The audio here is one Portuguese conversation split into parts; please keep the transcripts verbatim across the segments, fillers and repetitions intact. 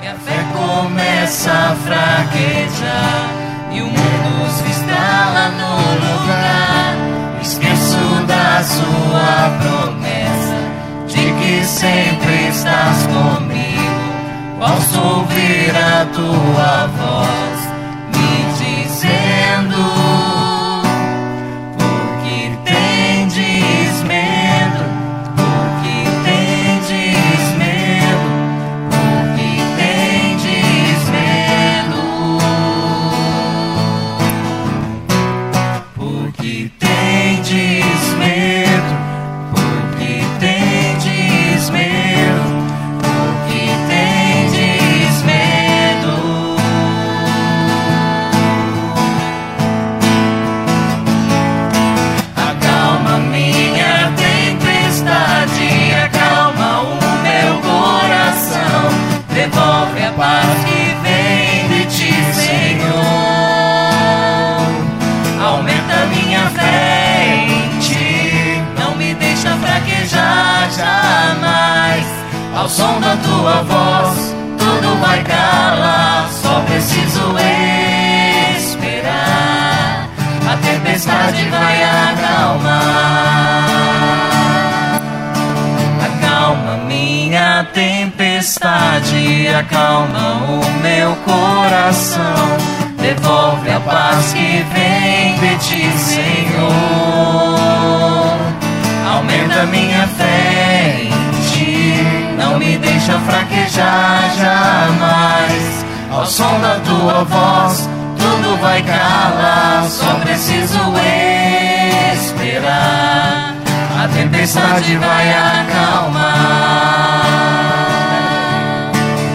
minha fé começa a fraquejar e o mundo se instala no lugar. Esqueço da sua promessa de que sempre estás comigo. Posso ouvir a tua voz me dizendo: porque tendes medo, porque tendes medo, porque tendes medo, porque tendes medo, porque tendes medo, porque tendes medo. Acalma minha tempestade, acalma o meu coração, devolve a paz que vem de ti, Senhor. Aumenta minha fé em ti, não me deixa fraquejar jamais. Ao som da tua voz, tudo vai calar, só preciso esperar. A tempestade vai acalmar. Acalma minha tempestade, acalma o meu coração, devolve a paz que vem de ti, Senhor. Aumenta minha fé em ti, não me deixa fraquejar jamais. Ao som da tua voz, tudo vai calar, só preciso esperar. A tempestade vai acalmar.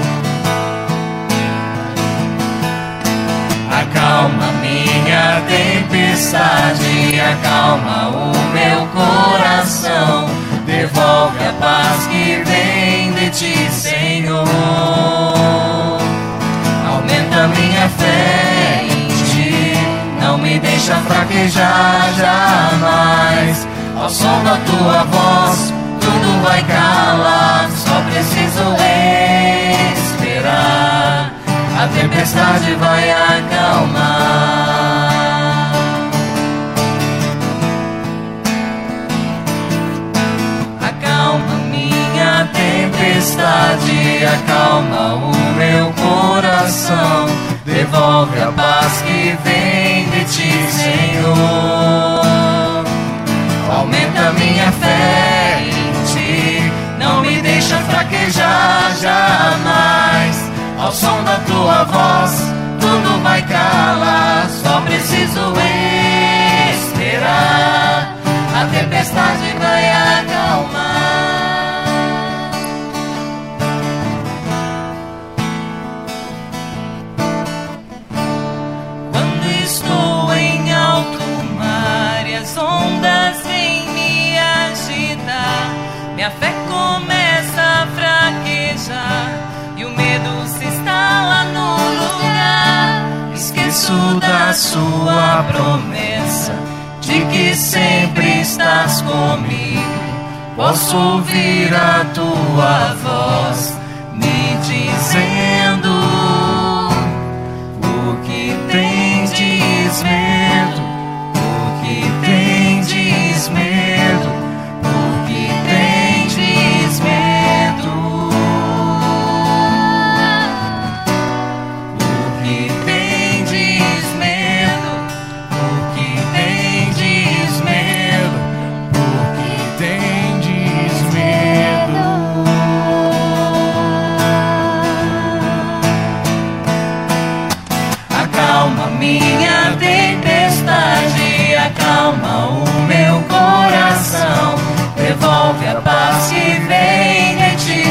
Acalma minha tempestade, acalma o meu coração, devolve a paz que vem de ti, Senhor. Aumenta minha fé em ti, não me deixa fraquejar jamais. Ao som da tua voz, tudo vai calar, só preciso esperar. A tempestade vai acalmar. Acalma minha tempestade, acalma o meu coração, devolve a paz que vem de ti, Senhor. Aumenta minha fé em ti, não me deixa fraquejar jamais. Ao som da tua voz, tudo vai calar, só preciso esperar. A tempestade vai acalmar. Quando estou em alto mar e as ondas vêm me agitar, minha fé começa a fraquejar e o medo se instala no lugar. Esqueço da sua promessa de que sempre estás comigo. Posso ouvir a tua voz me dizendo: porque tendes medo, porque tendes medo, porque tendes medo, porque tendes medo, porque tendes medo, porque tendes medo. Acalma minha tempestade, acalma o meu coração, devolve a paz que vem de ti,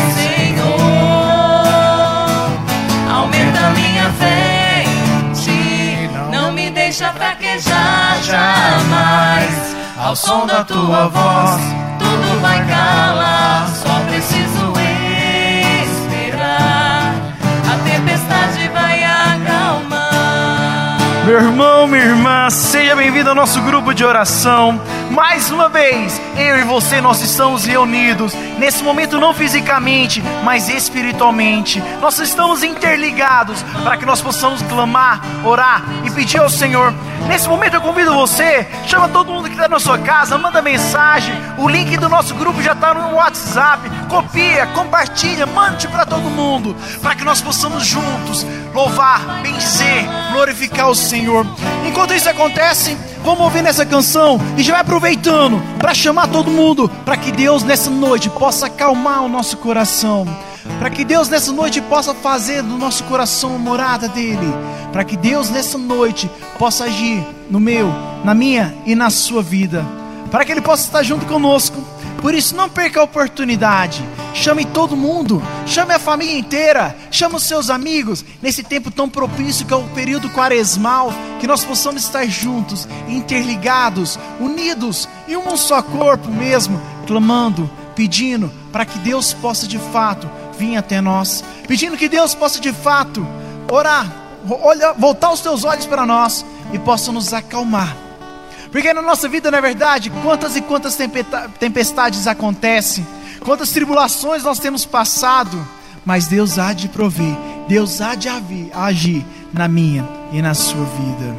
Senhor. Aumenta minha fé em ti, não me deixa fraquejar jamais. Ao som da tua voz, tudo vai calar, só preciso esperar. A tempestade vai acalmar. Meu irmão, minha irmã, seja bem-vindo ao nosso grupo de oração. Mais uma vez, eu e você, nós estamos reunidos, nesse momento não fisicamente, mas espiritualmente. Nós estamos interligados para que nós possamos clamar, orar e pedir ao Senhor. Nesse momento eu convido você, chama todo mundo que está na sua casa, manda mensagem, o link do nosso grupo já está no WhatsApp, copia, compartilha, mande para todo mundo, para que nós possamos juntos louvar, benzer, glorificar o Senhor. Enquanto isso acontece, vamos ouvir essa canção e já vai aproveitando para chamar todo mundo, para que Deus nessa noite possa acalmar o nosso coração, para que Deus nessa noite possa fazer do nosso coração a morada dele, para que Deus nessa noite possa agir no meu, na minha e na sua vida, para que Ele possa estar junto conosco. Por isso não perca a oportunidade, chame todo mundo, chame a família inteira, chame os seus amigos, nesse tempo tão propício que é o período quaresmal, que nós possamos estar juntos, interligados, unidos, em um só corpo mesmo, clamando, pedindo, para que Deus possa de fato vir até nós, pedindo que Deus possa de fato orar, olha, voltar os teus olhos para nós e possa nos acalmar. Porque na nossa vida, na verdade, quantas e quantas tempestades acontecem, quantas tribulações nós temos passado, mas Deus há de prover, Deus há de agir na minha e na sua vida.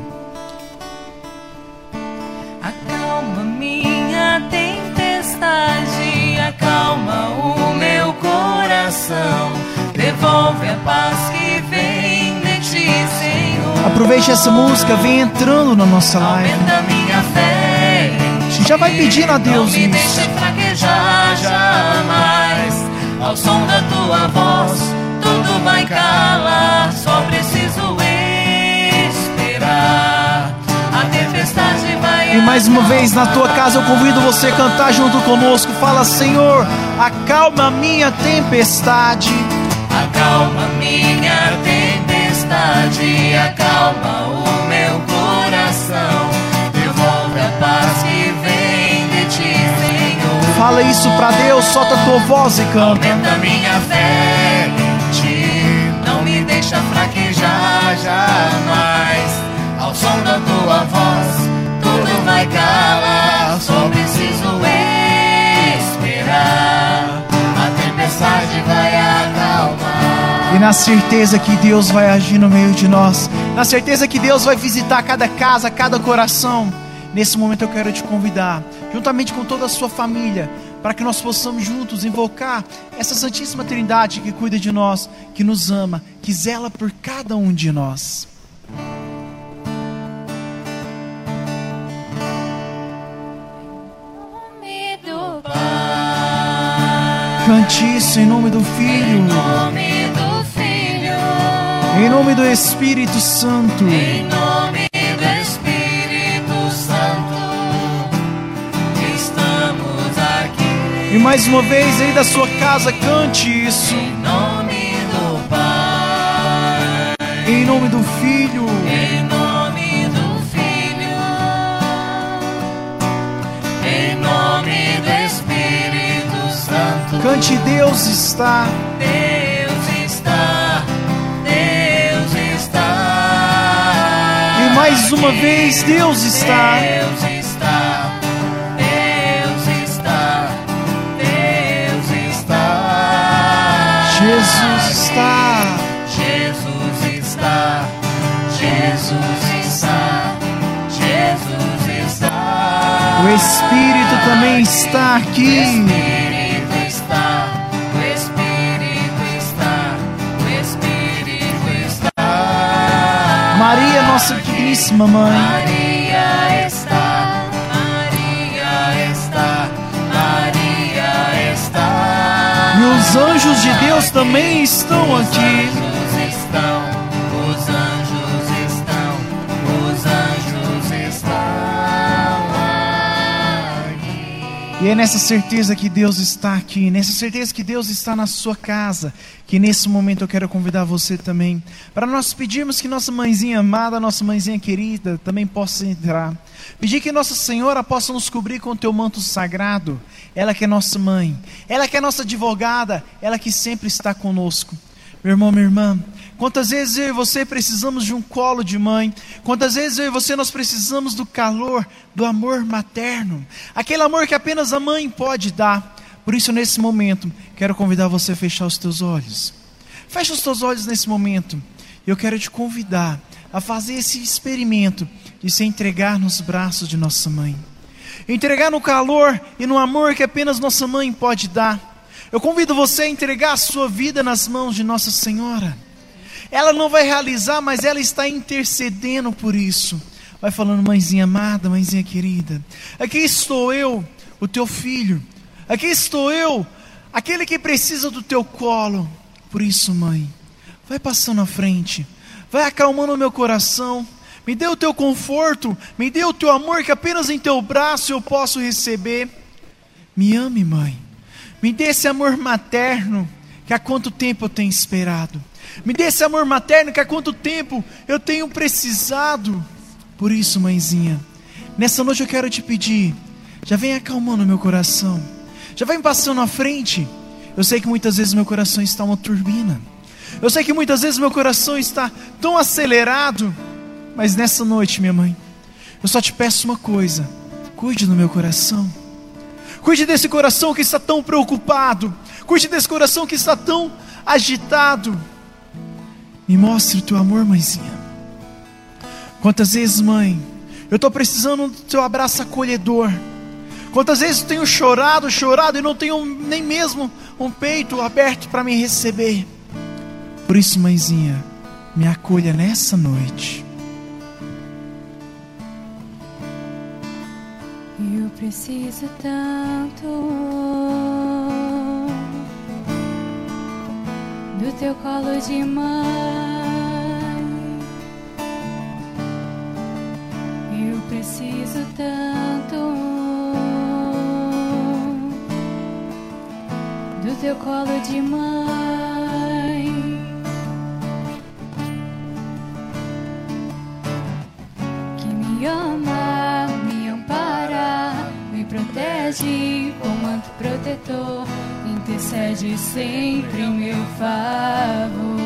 Acalma minha tempestade, acalma o meu coração, devolve a paz que vem de ti, Senhor. Aproveite essa música, vem entrando na nossa live. Aumenta minha fé em ti. Já vai pedindo a Deus não me isso. deixa fraquejar jamais. Ao som da tua voz, tudo vai calar. Só preciso esperar. A tempestade vai. E mais uma vez na tua casa eu convido você a cantar junto conosco. Fala: Senhor, acalma minha tempestade. Acalma minha tempestade, acalma o meu coração, devolve a paz que vem de ti, Senhor. Fala isso pra Deus, solta a tua voz e canta. Aumenta minha fé em ti, não me deixa fraquejar jamais. Ao som da tua voz, tudo vai calar, só preciso esperar. A tempestade vai acalmar. E na certeza que Deus vai agir no meio de nós, na certeza que Deus vai visitar cada casa, cada coração. Nesse momento eu quero te convidar, juntamente com toda a sua família, para que nós possamos juntos invocar essa Santíssima Trindade que cuida de nós, que nos ama, que zela por cada um de nós. Cante isso em nome do Filho, em nome do Filho, em nome do Espírito Santo, em nome do Espírito Santo, estamos aqui. E mais uma vez aí da sua casa, cante isso. Em nome do Pai, em nome do Filho, em nome do Filho, em nome do Espírito Santo. Cante: Deus está, Deus está, Deus está. E mais uma vez, Deus está, Deus está, Deus está, Deus está. Jesus está, Jesus está, Jesus está, Jesus está. O Espírito também está aqui. Maria, nossa digníssima Mãe. Maria está, Maria está, Maria está. E os anjos de Deus também estão aqui. Os anjos estão, os anjos estão, os anjos estão aqui. E é nessa certeza que Deus está aqui, nessa certeza que Deus está na sua casa, que nesse momento eu quero convidar você também, para nós pedirmos que nossa mãezinha amada, nossa mãezinha querida, também possa entrar. Pedir que Nossa Senhora possa nos cobrir com o teu manto sagrado. Ela que é nossa mãe, ela que é nossa advogada, ela que sempre está conosco. Meu irmão, minha irmã, quantas vezes eu e você precisamos de um colo de mãe, quantas vezes eu e você nós precisamos do calor, do amor materno, aquele amor que apenas a mãe pode dar. Por isso, nesse momento, quero convidar você a fechar os teus olhos. Fecha os teus olhos nesse momento. Eu quero te convidar a fazer esse experimento de se entregar nos braços de nossa mãe. Entregar no calor e no amor que apenas nossa mãe pode dar. Eu convido você a entregar a sua vida nas mãos de Nossa Senhora. Ela não vai realizar, mas ela está intercedendo por isso. Vai falando: mãezinha amada, mãezinha querida, aqui estou eu, o teu filho. Aqui estou eu, aquele que precisa do teu colo. Por isso, mãe, vai passando à frente, vai acalmando o meu coração. Me dê o teu conforto, me dê o teu amor que apenas em teu braço eu posso receber. Me ame, mãe. Me dê esse amor materno que há quanto tempo eu tenho esperado. Me dê esse amor materno que há quanto tempo eu tenho precisado. Por isso, mãezinha, nessa noite eu quero te pedir, já vem acalmando o meu coração, já vem passando à frente. Eu sei que muitas vezes meu coração está uma turbina, eu sei que muitas vezes meu coração está tão acelerado, mas nessa noite, minha mãe, eu só te peço uma coisa: cuide do meu coração. Cuide desse coração que está tão preocupado, cuide desse coração que está tão agitado. Me mostre o teu amor, mãezinha. Quantas vezes, mãe, eu estou precisando do teu abraço acolhedor. Quantas vezes eu tenho chorado, chorado e não tenho nem mesmo um peito aberto para me receber. Por isso, mãezinha, me acolha nessa noite. Eu preciso tanto do teu colo de mãe. Eu preciso tanto do teu colo de mãe. Que me ama, me ampara, me protege com manto protetor, intercede sempre em meu favor.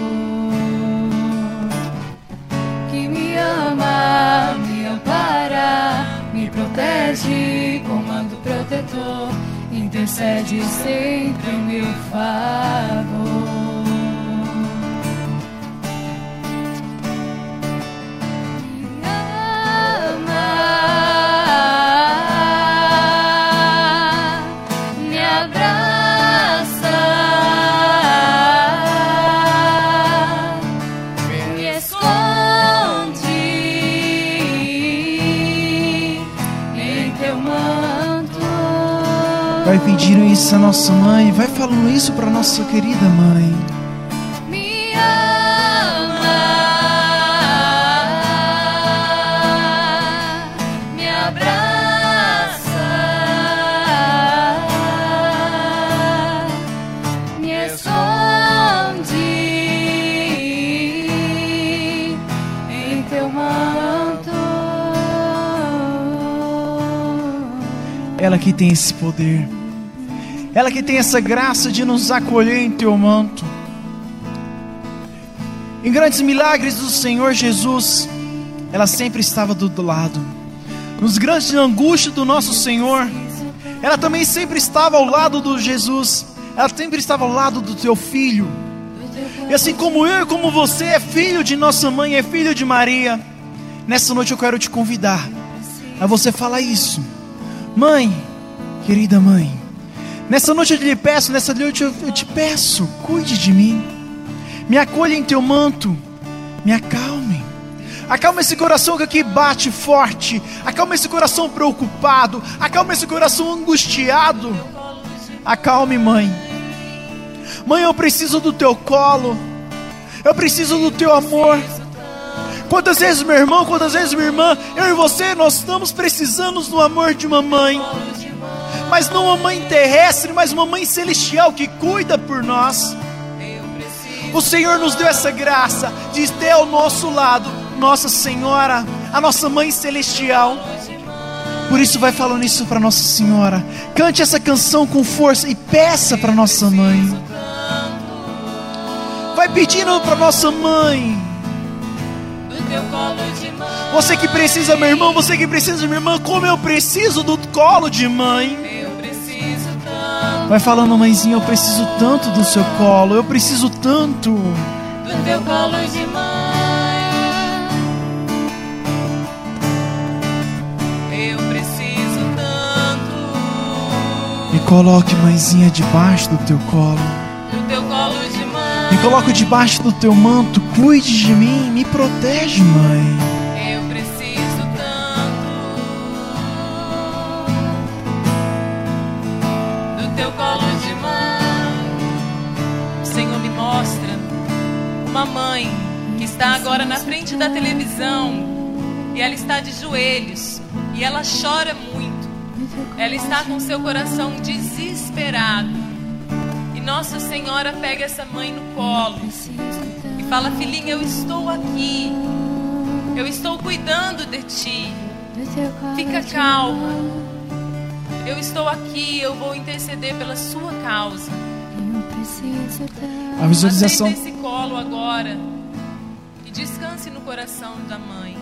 Que me ama, me ampara, me protege com manto protetor, intercede sempre em meu favor. Vai pedindo isso a nossa mãe, vai falando isso para nossa querida mãe. Me ama, me abraça, me esconde em teu manto. Ela que tem esse poder, ela que tem essa graça de nos acolher em teu manto. Em grandes milagres do Senhor Jesus, ela sempre estava do lado. Nos grandes angústias do nosso Senhor, ela também sempre estava ao lado do Jesus. Ela sempre estava ao lado do teu filho. E assim como eu e como você é filho de nossa mãe, é filho de Maria, nessa noite eu quero te convidar a você falar isso. Mãe, querida mãe, nessa noite eu lhe peço, nessa noite eu, eu te peço, cuide de mim, me acolha em teu manto, me acalme, acalma esse coração que aqui bate forte, acalma esse coração preocupado, acalma esse coração angustiado, acalme, mãe. Mãe, eu preciso do teu colo, eu preciso do teu amor. Quantas vezes, meu irmão, quantas vezes, minha irmã, eu e você, nós estamos precisando do amor de uma mãe, mas não uma mãe terrestre, mas uma mãe celestial que cuida por nós. O Senhor nos deu essa graça de ter ao nosso lado Nossa Senhora, a nossa mãe celestial. Por isso vai falando isso para Nossa Senhora. Cante essa canção com força e peça para nossa mãe. Vai pedindo para nossa mãe. Do teu colo de mãe. Você que precisa, meu irmão, você que precisa, minha irmã, como eu preciso do colo de mãe. Eu preciso tanto. Vai falando, mãezinha, eu preciso tanto do seu colo, eu preciso tanto. Do teu colo de mãe. Eu preciso tanto. Me coloque, mãezinha, debaixo do teu colo. Do teu colo de mãe. Me coloco debaixo do teu manto, cuide de mim, me protege, mãe. Eu preciso tanto do teu colo de mãe. O Senhor me mostra uma mãe que está agora na frente da televisão e ela está de joelhos e ela chora muito. Ela está com seu coração desesperado. E Nossa Senhora pega essa mãe no colo e fala: filhinha, eu estou aqui. Eu estou cuidando de ti. Fica calma. Eu estou aqui, eu vou interceder pela sua causa. A visualização. Aceita esse colo agora e descanse no coração da mãe.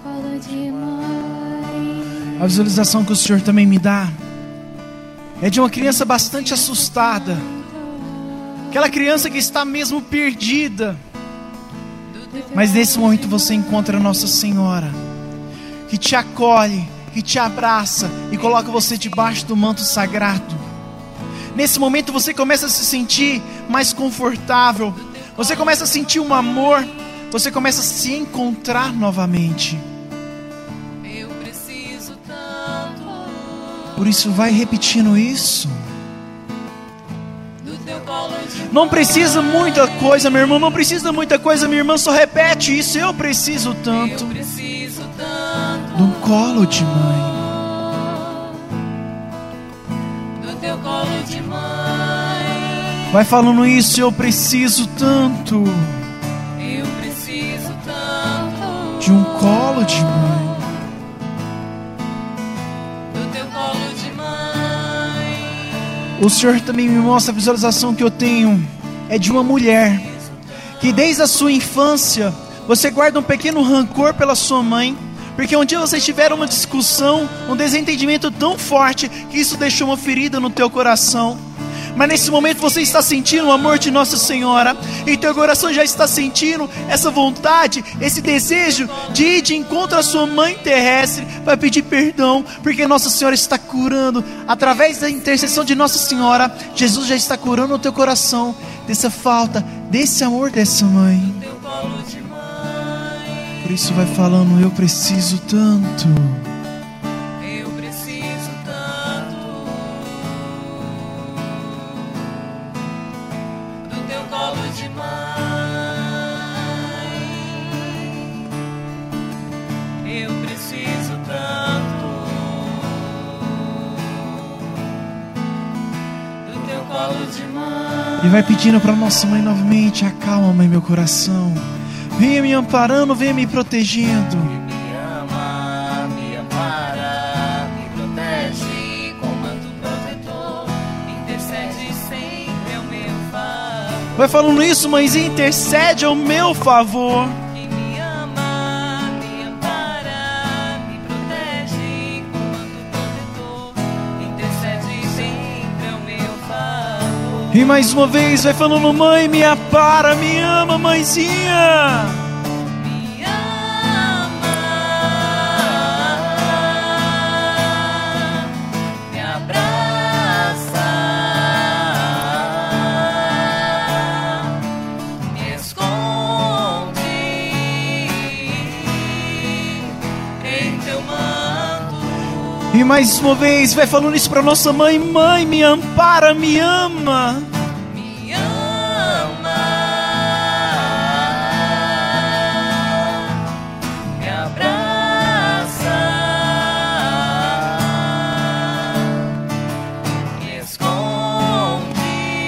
A visualização que o Senhor também me dá é de uma criança bastante assustada. Aquela criança que está mesmo perdida. Mas nesse momento você encontra Nossa Senhora, que te acolhe, que te abraça e coloca você debaixo do manto sagrado. Nesse momento você começa a se sentir mais confortável. Você começa a sentir um amor. Você começa a se encontrar novamente. Eu preciso tanto. Por isso vai repetindo isso. Do teu colo de Não precisa muita coisa, meu irmão. Não precisa muita coisa, minha irmã. Só repete isso. Eu preciso tanto. Eu preciso tanto De um colo de mãe. do teu colo de mãe. Vai falando isso. Eu preciso tanto Eu preciso tanto de um colo de mãe. do teu colo de mãe. O Senhor também me mostra a visualização que eu tenho. É de uma mulher que desde a sua infância você guarda um pequeno rancor pela sua mãe, porque um dia vocês tiveram uma discussão, um desentendimento tão forte que isso deixou uma ferida no teu coração. Mas nesse momento você está sentindo o amor de Nossa Senhora, e teu coração já está sentindo essa vontade, esse desejo de ir de encontro à sua mãe terrestre para pedir perdão, porque Nossa Senhora está curando. Através da intercessão de Nossa Senhora, Jesus já está curando o teu coração dessa falta, desse amor dessa mãe. Teu colo de mãe. Por isso vai falando, eu preciso tanto. Eu preciso tanto do teu colo de mãe. Eu preciso tanto do teu colo de mãe. E vai pedindo para nossa mãe novamente, acalma, mãe, meu coração. Venha me amparando, venha me protegendo. Me ama, me ampara, me protege com manto protetor, intercede sempre ao meu favor. Vai falando isso, mãezinha, intercede ao meu favor. Que me ama, me ampara, me protege com manto protetor, intercede sempre ao meu favor. E mais uma vez vai falando, mãe, me ampara, me ama, mãezinha. Me ama, me abraça, me esconde em teu manto. E mais uma vez vai falando isso para nossa mãe, mãe, me ampara, me ama. Me ama, me abraça, me esconde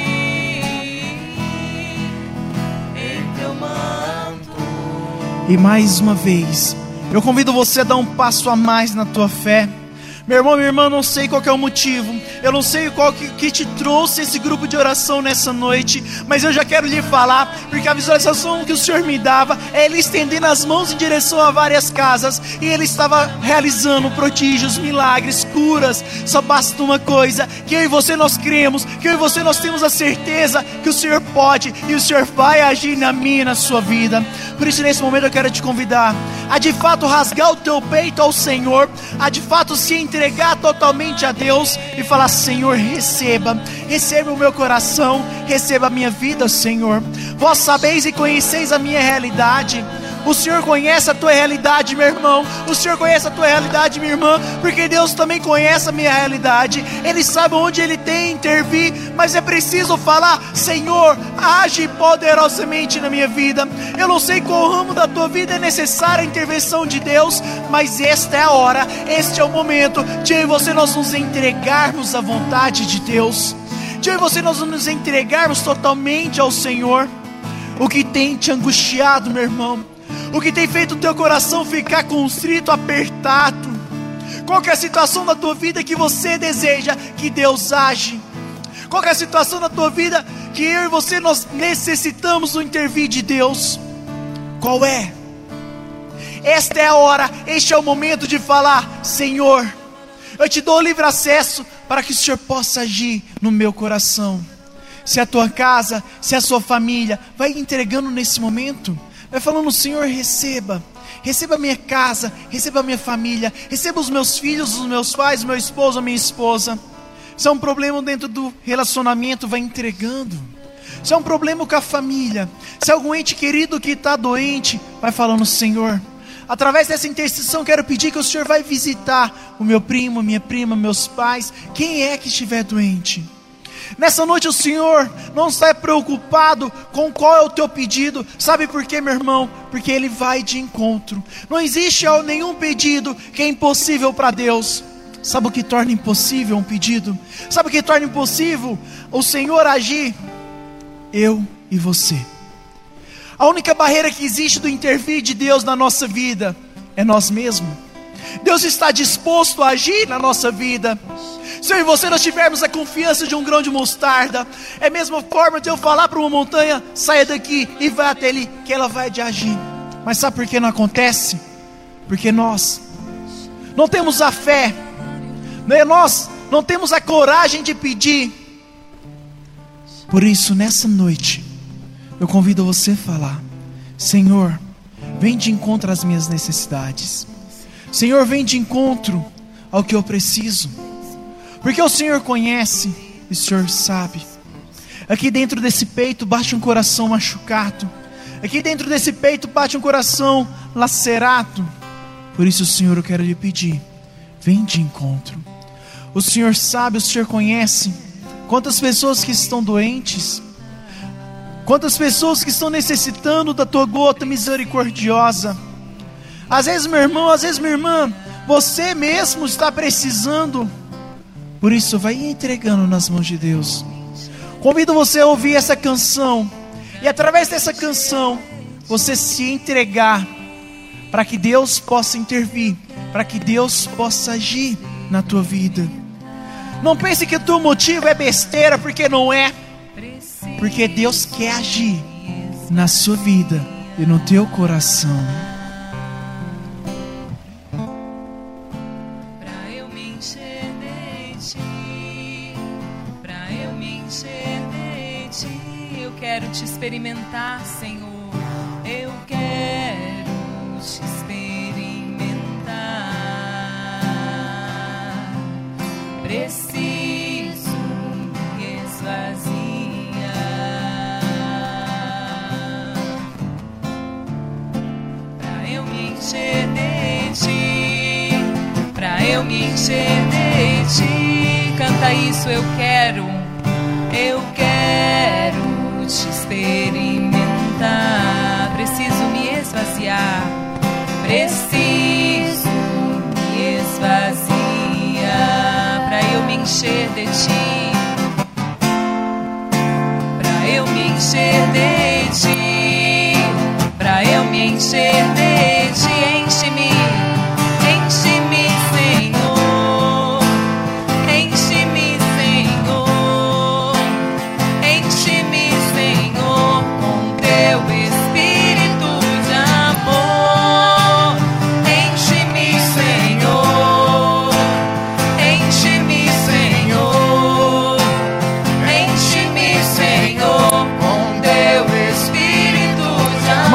em teu manto. E mais uma vez, eu convido você a dar um passo a mais na tua fé, Meu irmão, minha irmã, não sei qual que é o motivo, eu não sei qual que, que te trouxe esse grupo de oração nessa noite, mas eu já quero lhe falar, porque a visualização que o Senhor me dava é Ele estendendo as mãos em direção a várias casas, e Ele estava realizando prodígios, milagres, curas. Só basta uma coisa, que eu e você nós cremos, que eu e você nós temos a certeza que o Senhor pode, e o Senhor vai agir na minha e na sua vida. Por isso nesse momento eu quero te convidar a de fato rasgar o teu peito ao Senhor, a de fato se entregar totalmente a Deus e falar: Senhor, receba, receba o meu coração, receba a minha vida, Senhor. Vós sabeis e conheceis a minha realidade. O Senhor conhece a tua realidade, meu irmão. O Senhor conhece a tua realidade, minha irmã, porque Deus também conhece a minha realidade. Ele sabe onde Ele tem intervir, mas é preciso falar: Senhor, age poderosamente na minha vida. Eu não sei qual ramo da tua vida é necessária a intervenção de Deus, mas esta é a hora, este é o momento de eu e você nós nos entregarmos à vontade de Deus, de eu e você nós nos entregarmos totalmente ao Senhor. O que tem te angustiado, meu irmão? O que tem feito o teu coração ficar constrito, apertado? Qual que é a situação da tua vida que você deseja que Deus age? Qual que é a situação da tua vida que eu e você nós necessitamos do intervir de Deus? Qual é? Esta é a hora, este é o momento de falar: Senhor, eu te dou livre acesso para que o Senhor possa agir no meu coração. Se a tua casa, se a sua família, vai entregando nesse momento, vai falando: Senhor, receba, receba a minha casa, receba a minha família, receba os meus filhos, os meus pais, meu esposo, a minha esposa. Se é um problema dentro do relacionamento, vai entregando. Se é um problema com a família, se é algum ente querido que está doente, vai falando: Senhor, através dessa intercessão quero pedir que o Senhor vai visitar o meu primo, minha prima, meus pais, quem é que estiver doente. Nessa noite o Senhor não está preocupado com qual é o teu pedido. Sabe por quê, meu irmão? Porque Ele vai de encontro. Não existe nenhum pedido que é impossível para Deus. Sabe o que torna impossível um pedido? Sabe o que torna impossível o Senhor agir? Eu e você. A única barreira que existe do intervir de Deus na nossa vida é nós mesmos. Deus está disposto a agir na nossa vida. Se eu e você nós tivermos a confiança de um grão de mostarda, é a mesma forma de eu falar para uma montanha: saia daqui e vai até ali, que ela vai de agir. Mas sabe por que não acontece? Porque nós não temos a fé, né? Nós não temos a coragem de pedir. Por isso nessa noite eu convido você a falar: Senhor, vem de encontro às minhas necessidades. Senhor, vem de encontro ao que eu preciso. Porque o Senhor conhece e o Senhor sabe. Aqui dentro desse peito bate um coração machucado. Aqui dentro desse peito bate um coração lacerado. Por isso, Senhor, eu quero lhe pedir: vem de encontro. O Senhor sabe, o Senhor conhece quantas pessoas que estão doentes, quantas pessoas que estão necessitando da tua gota misericordiosa. Às vezes, meu irmão, às vezes, minha irmã, você mesmo está precisando. Por isso, vai entregando nas mãos de Deus. Convido você a ouvir essa canção, e através dessa canção você se entregar, para que Deus possa intervir, para que Deus possa agir na tua vida. Não pense que o teu motivo é besteira, porque não é. Porque Deus quer agir na sua vida e no teu coração. Quero te experimentar, Senhor. Eu quero te experimentar. Preciso me esvaziar pra eu me encher de ti, pra eu me encher de ti. Canta isso, eu quero, eu quero te experimentar. Preciso me esvaziar, preciso me esvaziar pra eu me encher de ti, pra eu me encher de ti, pra eu me encher de ti. Enche-me, enche-me, Senhor.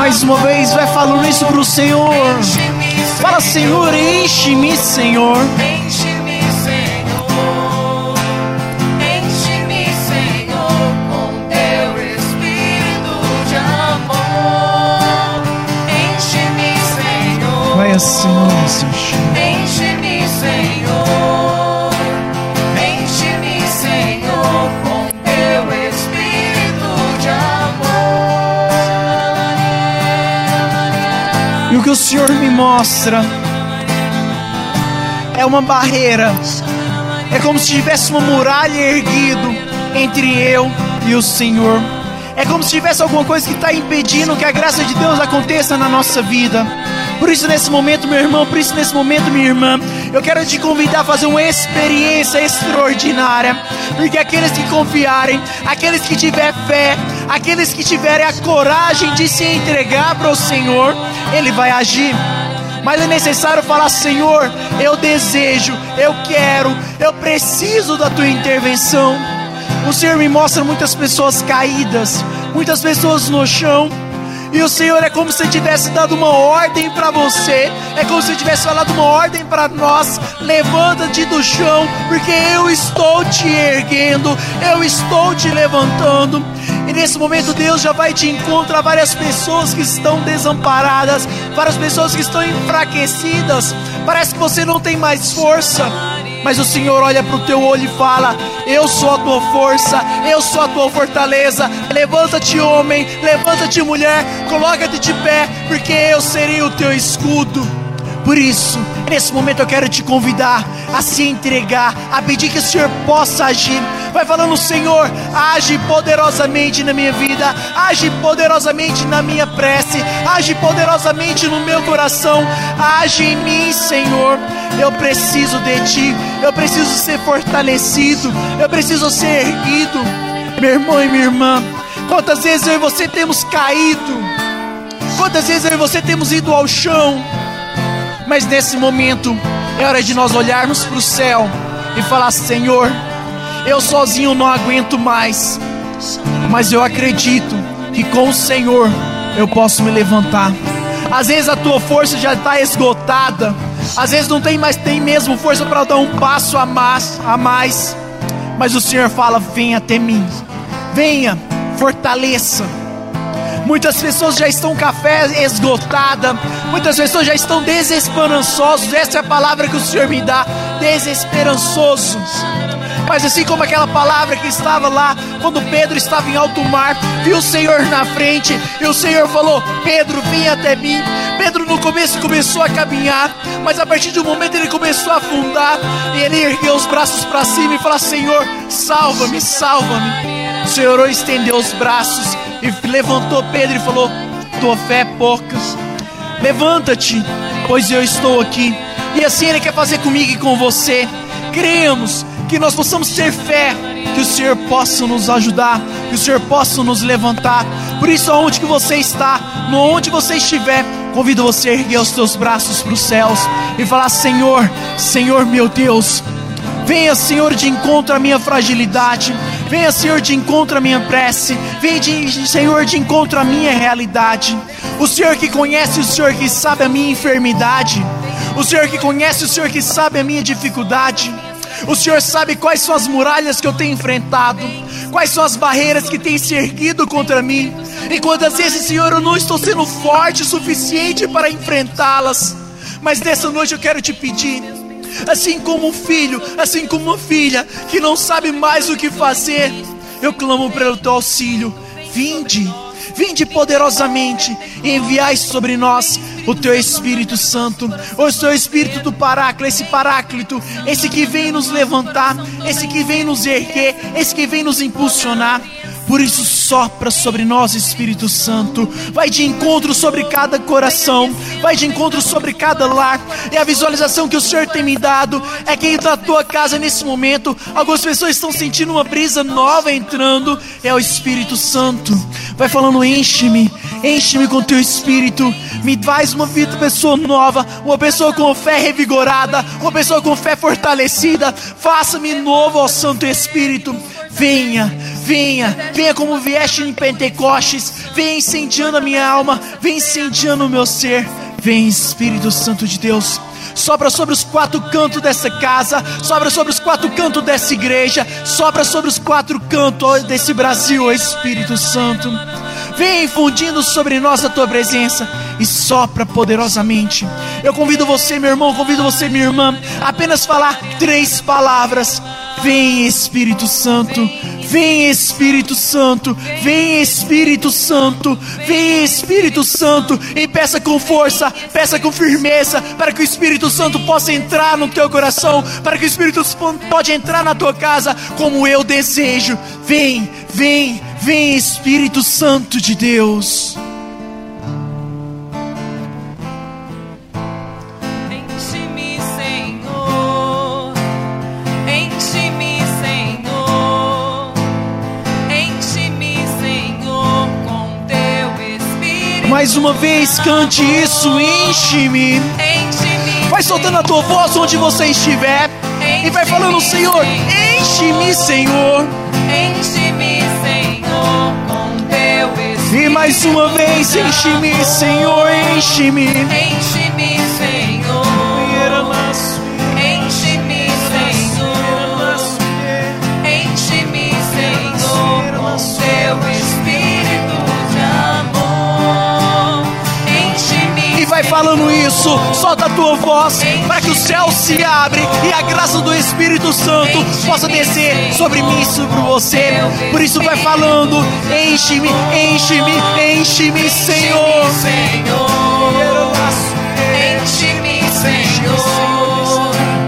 Mais uma vez, vai falando isso pro Senhor. Fala, Senhor, enche-me, Senhor. Enche-me, Senhor. Enche-me, Senhor, com teu Espírito de amor. Enche-me, Senhor. Vai assim, se enche. Enche-me, Senhor. Enche-me, Senhor, com teu Espírito de amor. E o que o Senhor me mostra é uma barreira. É como se tivesse uma muralha erguida entre eu e o Senhor. É como se tivesse alguma coisa que está impedindo que a graça de Deus aconteça na nossa vida. Por isso nesse momento, meu irmão, por isso nesse momento, minha irmã, eu quero te convidar a fazer uma experiência extraordinária. Porque aqueles que confiarem, aqueles que tiverem fé, aqueles que tiverem a coragem de se entregar para o Senhor, Ele vai agir. Mas é necessário falar: Senhor, eu desejo, eu quero, eu preciso da Tua intervenção. O Senhor me mostra muitas pessoas caídas, muitas pessoas no chão. E o Senhor é como se tivesse dado uma ordem para você. É como se tivesse falado uma ordem para nós: levanta-te do chão, porque eu estou te erguendo, eu estou te levantando. E nesse momento Deus já vai te encontrar várias pessoas que estão desamparadas, várias pessoas que estão enfraquecidas. Parece que você não tem mais força, mas o Senhor olha para o teu olho e fala: eu sou a tua força, eu sou a tua fortaleza. Levanta-te, homem, levanta-te, mulher, coloca-te de pé, porque eu serei o teu escudo. Por isso, nesse momento eu quero te convidar a se entregar, a pedir que o Senhor possa agir. Vai falando: Senhor, age poderosamente na minha vida, age poderosamente na minha prece, age poderosamente no meu coração, age em mim, Senhor. Eu preciso de Ti, eu preciso ser fortalecido, eu preciso ser erguido. Meu irmão e minha irmã, quantas vezes eu e você temos caído, quantas vezes eu e você temos ido ao chão. Mas nesse momento é hora de nós olharmos para o céu e falar: Senhor, eu sozinho não aguento mais, mas eu acredito que com o Senhor eu posso me levantar. Às vezes a tua força já está esgotada, às vezes não tem mais tem mesmo força para dar um passo a mais, a mais. Mas o Senhor fala: venha até mim, venha, fortaleça. Muitas pessoas já estão com a fé esgotada, muitas pessoas já estão desesperançosos. Essa é a palavra que o Senhor me dá: desesperançoso. Mas assim como aquela palavra que estava lá quando Pedro estava em alto mar, viu o Senhor na frente e o Senhor falou: Pedro, vem até mim. Pedro no começo começou a caminhar, mas a partir de um momento ele começou a afundar, e ele ergueu os braços para cima e falou: Senhor, salva-me, salva-me. O Senhor estendeu os braços e levantou Pedro e falou: tua fé é pouca, levanta-te, pois eu estou aqui. E assim Ele quer fazer comigo e com você. Creemos que nós possamos ter fé, que o Senhor possa nos ajudar, que o Senhor possa nos levantar. Por isso, aonde que você está, no onde você estiver, convido você a erguer os teus braços para os céus e falar: Senhor, Senhor meu Deus, venha, Senhor, de encontro à minha fragilidade. Venha, Senhor, de encontro à minha prece. Venha, de, Senhor, de encontro à minha realidade. O Senhor que conhece, o Senhor que sabe a minha enfermidade. O Senhor que conhece, o Senhor que sabe a minha dificuldade. O Senhor sabe quais são as muralhas que eu tenho enfrentado, quais são as barreiras que têm se erguido contra mim. E quantas vezes, Senhor, eu não estou sendo forte o suficiente para enfrentá-las. Mas nessa noite eu quero te pedir, assim como um filho, assim como uma filha que não sabe mais o que fazer, eu clamo pelo teu auxílio. Vinde, vinde poderosamente e enviai sobre nós o teu Espírito Santo, o teu Espírito do Paráclito, esse Paráclito, esse que vem nos levantar, esse que vem nos erguer, esse que vem nos impulsionar. Por isso sopra sobre nós, Espírito Santo. Vai de encontro sobre cada coração, vai de encontro sobre cada lar. E a visualização que o Senhor tem me dado é que na tua casa nesse momento algumas pessoas estão sentindo uma brisa nova entrando. É o Espírito Santo. Vai falando: enche-me, enche-me com teu Espírito. Me faz uma vida, pessoa nova, uma pessoa com fé revigorada, uma pessoa com fé fortalecida. Faça-me novo, ó Santo Espírito. Venha, venha, venha como vieste em Pentecostes, venha incendiando a minha alma, venha incendiando o meu ser. Vem, Espírito Santo de Deus, sopra sobre os quatro cantos dessa casa, sopra sobre os quatro cantos dessa igreja, sopra sobre os quatro cantos desse Brasil, ó Espírito Santo. Vem infundindo sobre nós a tua presença e sopra poderosamente. Eu convido você, meu irmão, convido você, minha irmã, a apenas falar três palavras. Vem, Espírito Santo, vem, Espírito Santo, vem, Espírito Santo, vem, Espírito Santo, e peça com força, peça com firmeza, para que o Espírito Santo possa entrar no teu coração, para que o Espírito Santo pode entrar na tua casa, como eu desejo. Vem, vem, vem, Espírito Santo de Deus. Mais uma vez, cante isso, enche-me. Vai soltando a tua voz onde você estiver e vai falando, Senhor, enche-me, Senhor. Enche-me, Senhor, com teu Espírito. E mais uma vez, enche-me, Senhor, enche-me. Enche-me, Senhor. Enche-me, Senhor. Enche-me, Senhor, com teu Espírito de amor. Enche-me. E vai falando isso, solta a tua voz, para que o céu se abre e a graça do Espírito Santo possa descer sobre mim e sobre você. Por isso vai falando, enche-me, enche-me, enche-me, Senhor. Enche-me, Senhor.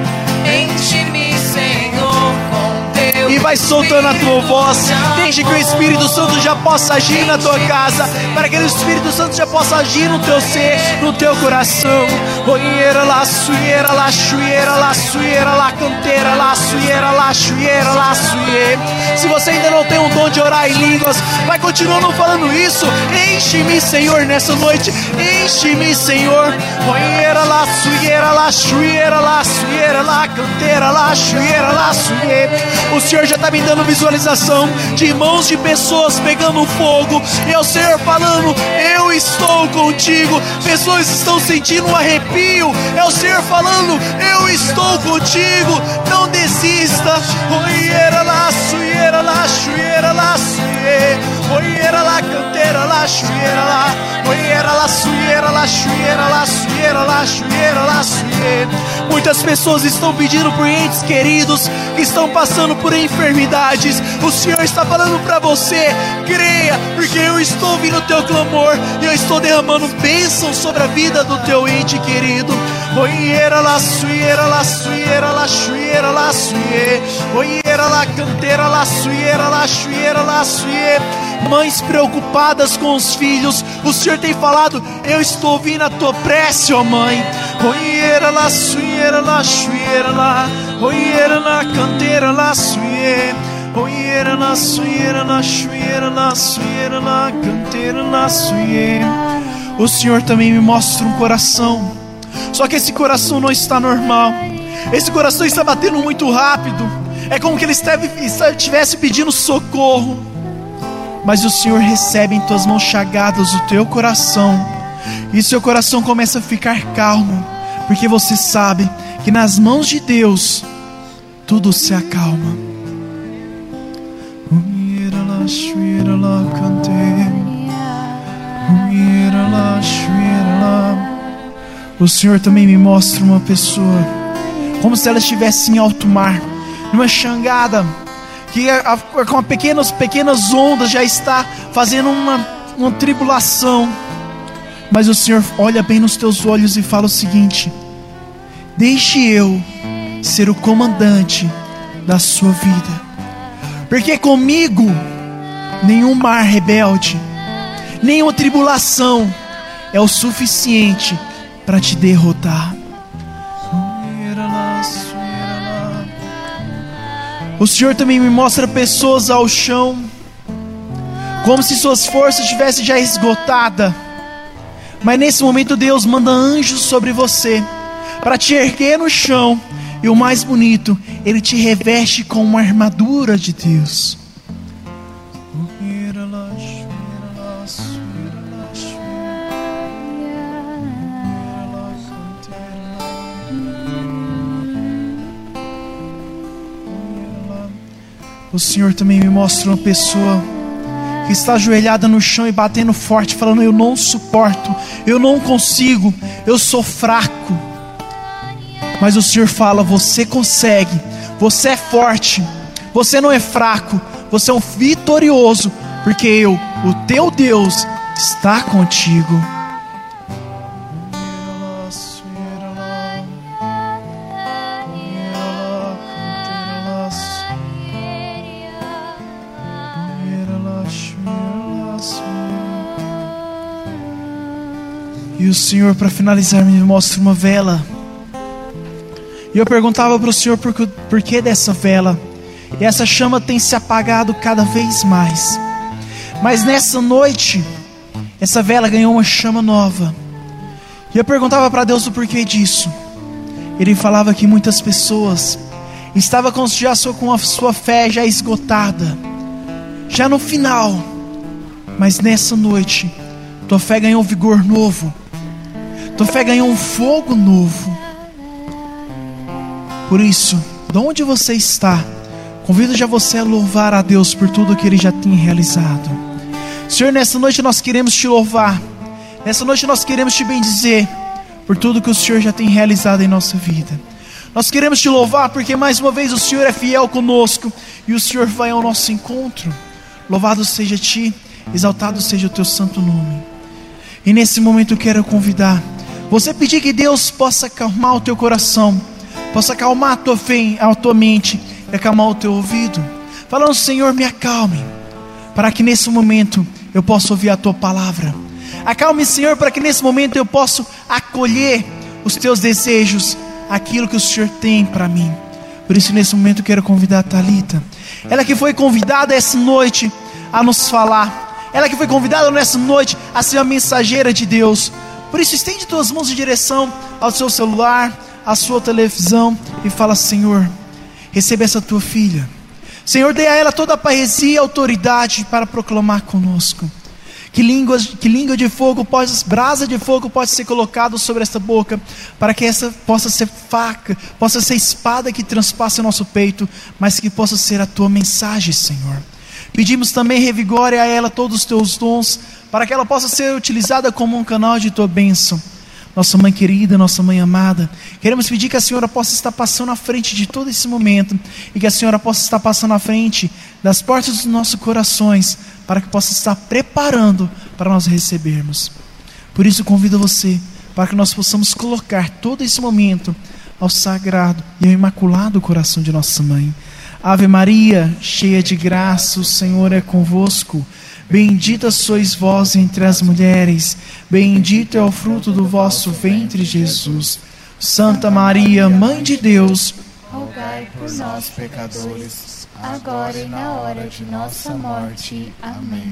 Enche-me, Senhor, com teu. E vai soltando a tua voz. Deixe que o Espírito Santo já possa agir na tua casa, para que o Espírito Santo já possa agir no teu ser, no teu coração. Oiera lá, suieira lá, chuieira lá, suieira lá, canteira lá, suieira lá, chuieira lá, suie. Se você ainda não tem um dom de orar em línguas, vai continuando falando isso. Enche-me, Senhor, nessa noite. Enche-me, Senhor. Oiera lá, suieira lá, chuieira lá, suieira lá, canteira lá, chuieira lá, suie. O Senhor já está me dando visualização de mãos de pessoas pegando fogo, e é o Senhor falando, eu estou contigo. Pessoas estão sentindo um arrepio, é o Senhor falando, eu estou contigo, não desista. Oiera lá, suieira lá, chuieira lá, suie. Oiera lá, canteira lá, chuieira lá. Oiera lá, suieira lá, chuieira lá, suieira lá, chuieira lá, suie. Muitas pessoas estão pedindo por entes queridos que estão passando por enfermidades. O Senhor está falando para você, creia, porque eu estou ouvindo o teu clamor e eu estou derramando bênção sobre a vida do teu ente querido. Oiera lá, suieira lá, suieira lá, chuieira lá, suie. Oiera lá, canteira lá, suieira lá, chuieira lá, suie. Mães preocupadas com os filhos, o Senhor tem falado, eu estou ouvindo a tua prece, ó mãe. Oiera lá, suieira lá, chuieira lá. Oiera lá, canteira lá, suie. Oiera lá, suieira lá, chuieira lá, suieira lá, canteira lá, suie. O Senhor também me mostra um coração, só que esse coração não está normal. Esse coração está batendo muito rápido. É como que ele estivesse pedindo socorro. Mas o Senhor recebe em tuas mãos chagadas o teu coração, e seu coração começa a ficar calmo, porque você sabe que nas mãos de Deus tudo se acalma. O Senhor também me mostra uma pessoa, como se ela estivesse em alto mar, numa jangada, que com pequenas, pequenas ondas já está fazendo uma, uma tribulação. Mas o Senhor olha bem nos teus olhos e fala o seguinte: deixe eu ser o comandante da sua vida, porque comigo nenhum mar rebelde, nenhuma tribulação é o suficiente para te derrotar. O Senhor também me mostra pessoas ao chão, como se suas forças estivessem já esgotadas. Mas nesse momento Deus manda anjos sobre você, para te erguer no chão. E o mais bonito, Ele te reveste com uma armadura de Deus. o Senhor também me mostra uma pessoa que está ajoelhada no chão e batendo forte, falando: eu não suporto, eu não consigo, eu sou fraco. Mas o Senhor fala: você consegue, você é forte, você não é fraco, você é um vitorioso, porque eu, o teu Deus, está contigo. E o Senhor, para finalizar, me mostra uma vela. E eu perguntava para o Senhor por, por que dessa vela. E essa chama tem se apagado cada vez mais. Mas nessa noite, essa vela ganhou uma chama nova. E eu perguntava para Deus o porquê disso. Ele falava que muitas pessoas estavam com, já com a sua fé já esgotada, já no final. Mas nessa noite, tua fé ganhou um vigor novo. Tua fé ganhou um fogo novo. Por isso, de onde você está, convido já você a louvar a Deus por tudo que Ele já tem realizado. Senhor, nessa noite nós queremos te louvar. Nessa noite nós queremos te bendizer por tudo que o Senhor já tem realizado em nossa vida. Nós queremos te louvar porque mais uma vez o Senhor é fiel conosco e o Senhor vai ao nosso encontro. Louvado seja Ti, exaltado seja o Teu santo nome. E nesse momento eu quero convidar você a pedir que Deus possa acalmar o teu coração, possa acalmar a tua fé, a tua mente e acalmar o teu ouvido, falando: Senhor, me acalme, para que nesse momento eu possa ouvir a tua palavra. Acalme, Senhor, para que nesse momento eu possa acolher os teus desejos, aquilo que o Senhor tem para mim. Por isso nesse momento eu quero convidar a Thalita, ela que foi convidada essa noite a nos falar, ela que foi convidada nessa noite a ser a mensageira de Deus. Por isso estende tuas mãos em direção ao seu celular, à sua televisão e fala: Senhor, receba essa tua filha. Senhor, dê a ela toda a parresia e autoridade para proclamar conosco. Que língua, que língua de fogo, pode, brasa de fogo pode ser colocado sobre essa boca, para que essa possa ser faca, possa ser espada que transpasse o nosso peito, mas que possa ser a tua mensagem, Senhor. Pedimos também: revigore a ela todos os teus dons, para que ela possa ser utilizada como um canal de tua bênção. Nossa mãe querida, nossa mãe amada, queremos pedir que a Senhora possa estar passando à frente de todo esse momento, e que a Senhora possa estar passando à frente das portas dos nossos corações, para que possa estar preparando para nós recebermos. Por isso convido você, para que nós possamos colocar todo esse momento ao sagrado e ao imaculado coração de nossa mãe. Ave Maria, cheia de graça, o Senhor é convosco. Bendita sois vós entre as mulheres, bendito é o fruto do vosso ventre, Jesus. Santa Maria, Mãe de Deus, rogai por nós, pecadores, agora e na hora de nossa morte. Amém.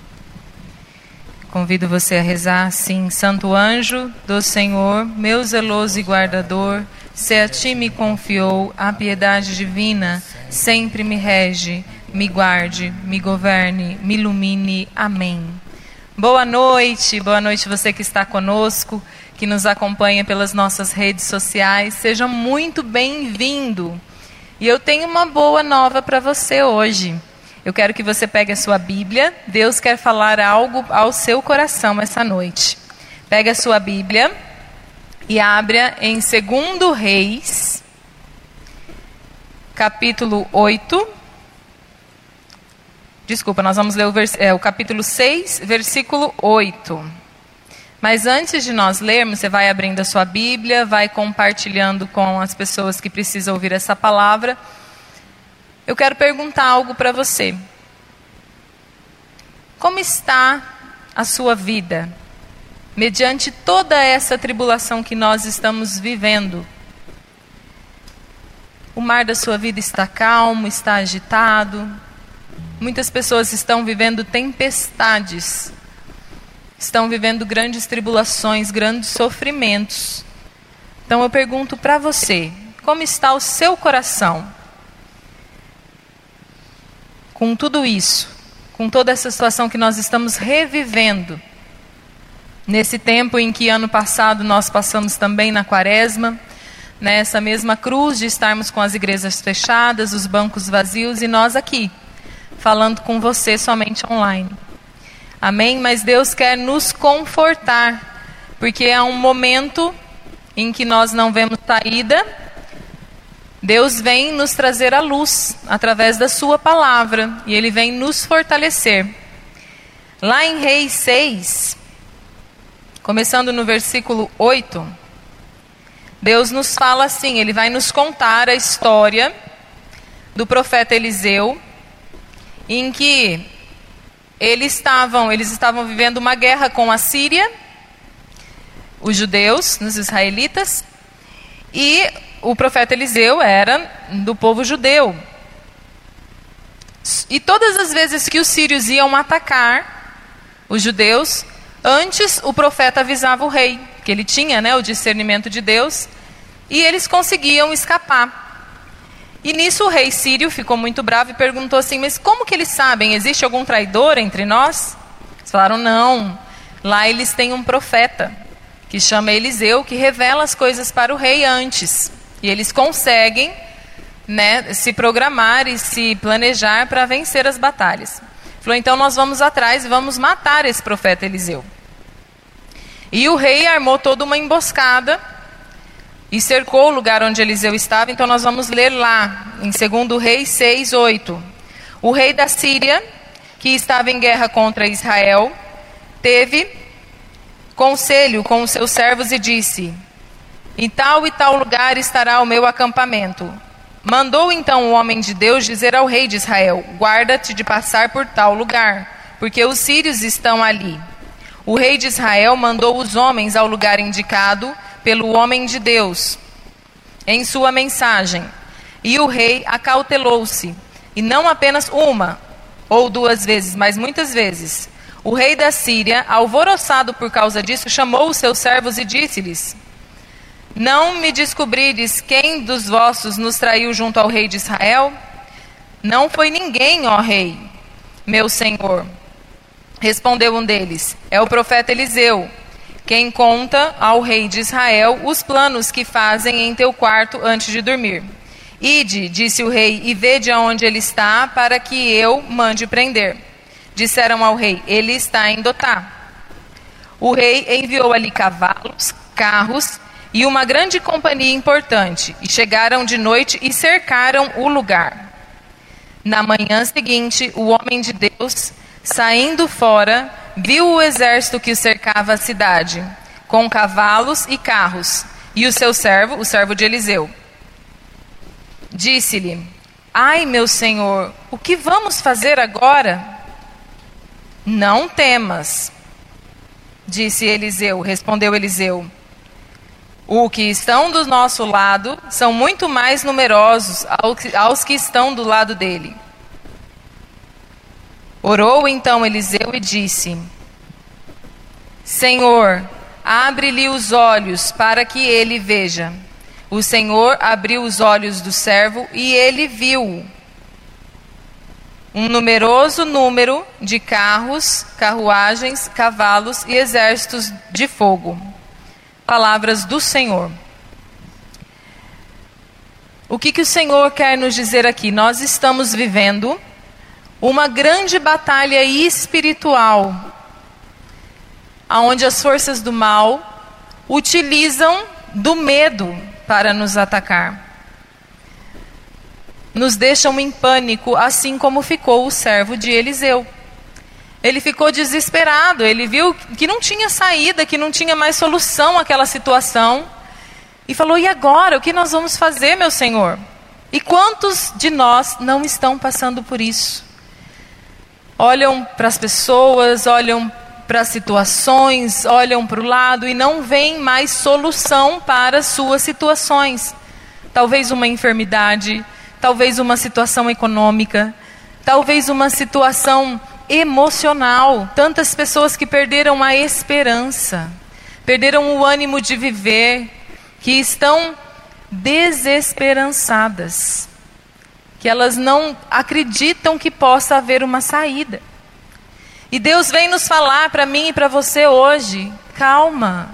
Convido você a rezar assim: Santo anjo do Senhor, meu zeloso e guardador, se a ti me confiou a piedade divina, sempre me rege, me guarde, me governe, me ilumine. Amém. Boa noite, boa noite você que está conosco, que nos acompanha pelas nossas redes sociais. Seja muito bem-vindo. E eu tenho uma boa nova para você hoje. Eu quero que você pegue a sua Bíblia. Deus quer falar algo ao seu coração essa noite. Pega a sua Bíblia e abra em Segundo Reis, capítulo oito. Desculpa, nós vamos ler o, vers- é, o capítulo seis, versículo oito. Mas antes de nós lermos, você vai abrindo a sua Bíblia, vai compartilhando com as pessoas que precisam ouvir essa palavra. Eu quero perguntar algo para você. Como está a sua vida, mediante toda essa tribulação que nós estamos vivendo? O mar da sua vida está calmo, está agitado? Muitas pessoas estão vivendo tempestades, estão vivendo grandes tribulações, grandes sofrimentos. Então eu pergunto para você, como está o seu coração? Com tudo isso, com toda essa situação que nós estamos revivendo, nesse tempo em que ano passado nós passamos também na quaresma, nessa mesma cruz de estarmos com as igrejas fechadas, os bancos vazios e nós aqui, falando com você somente online. Amém? Mas Deus quer nos confortar, porque é um momento em que nós não vemos saída. Deus vem nos trazer a luz através da sua palavra e Ele vem nos fortalecer. Lá em Reis seis, começando no versículo oito, Deus nos fala assim, Ele vai nos contar a história do profeta Eliseu, em que eles estavam, eles estavam vivendo uma guerra com a Síria, os judeus, os israelitas, e o profeta Eliseu era do povo judeu. E todas as vezes que os sírios iam atacar os judeus, antes o profeta avisava o rei, que ele tinha, né, o discernimento de Deus, e eles conseguiam escapar. E nisso o rei sírio ficou muito bravo e perguntou assim, mas como que eles sabem? Existe algum traidor entre nós? Eles falaram, não, lá eles têm um profeta, que chama Eliseu, que revela as coisas para o rei antes. E eles conseguem, né, se programar e se planejar para vencer as batalhas. Falou, então nós vamos atrás e vamos matar esse profeta Eliseu. E o rei armou toda uma emboscada e cercou o lugar onde Eliseu estava. Então nós vamos ler lá, em segundo Reis seis, oito. O rei da Síria, que estava em guerra contra Israel, teve conselho com os seus servos e disse, em tal e tal lugar estará o meu acampamento. Mandou então o homem de Deus dizer ao rei de Israel, guarda-te de passar por tal lugar, porque os sírios estão ali. O rei de Israel mandou os homens ao lugar indicado pelo homem de Deus, em sua mensagem. E o rei acautelou-se, e não apenas uma ou duas vezes, mas muitas vezes. O rei da Síria, alvoroçado por causa disso, chamou os seus servos e disse-lhes, não me descobrides quem dos vossos nos traiu junto ao rei de Israel? Não foi ninguém, ó rei, meu senhor. Respondeu um deles, é o profeta Eliseu, quem conta ao rei de Israel os planos que fazem em teu quarto antes de dormir. Ide, disse o rei, e vede aonde ele está, para que eu mande prender. Disseram ao rei, ele está em Dotá. O rei enviou ali cavalos, carros e uma grande companhia importante, e chegaram de noite e cercaram o lugar. Na manhã seguinte, o homem de Deus, saindo fora, viu o exército que cercava a cidade, com cavalos e carros, e o seu servo, o servo de Eliseu. Disse-lhe, ai meu senhor, o que vamos fazer agora? Não temas, disse Eliseu, respondeu Eliseu. O que estão do nosso lado são muito mais numerosos aos que estão do lado dele. Orou então Eliseu e disse, Senhor, abre-lhe os olhos para que ele veja. O Senhor abriu os olhos do servo e ele viu um numeroso número de carros, carruagens, cavalos e exércitos de fogo. Palavras do Senhor. O que que o Senhor quer nos dizer aqui? Nós estamos vivendo uma grande batalha espiritual, onde as forças do mal utilizam do medo para nos atacar. Nos deixam em pânico, assim como ficou o servo de Eliseu. Ele ficou desesperado, ele viu que não tinha saída, que não tinha mais solução àquela situação. E falou, e agora? O que nós vamos fazer, meu Senhor? E quantos de nós não estão passando por isso? Olham para as pessoas, olham para as situações, olham para o lado e não veem mais solução para as suas situações. Talvez uma enfermidade, talvez uma situação econômica, talvez uma situação emocional. Tantas pessoas que perderam a esperança, perderam o ânimo de viver, que estão desesperançadas, que elas não acreditam que possa haver uma saída. E Deus vem nos falar para mim e para você hoje, calma,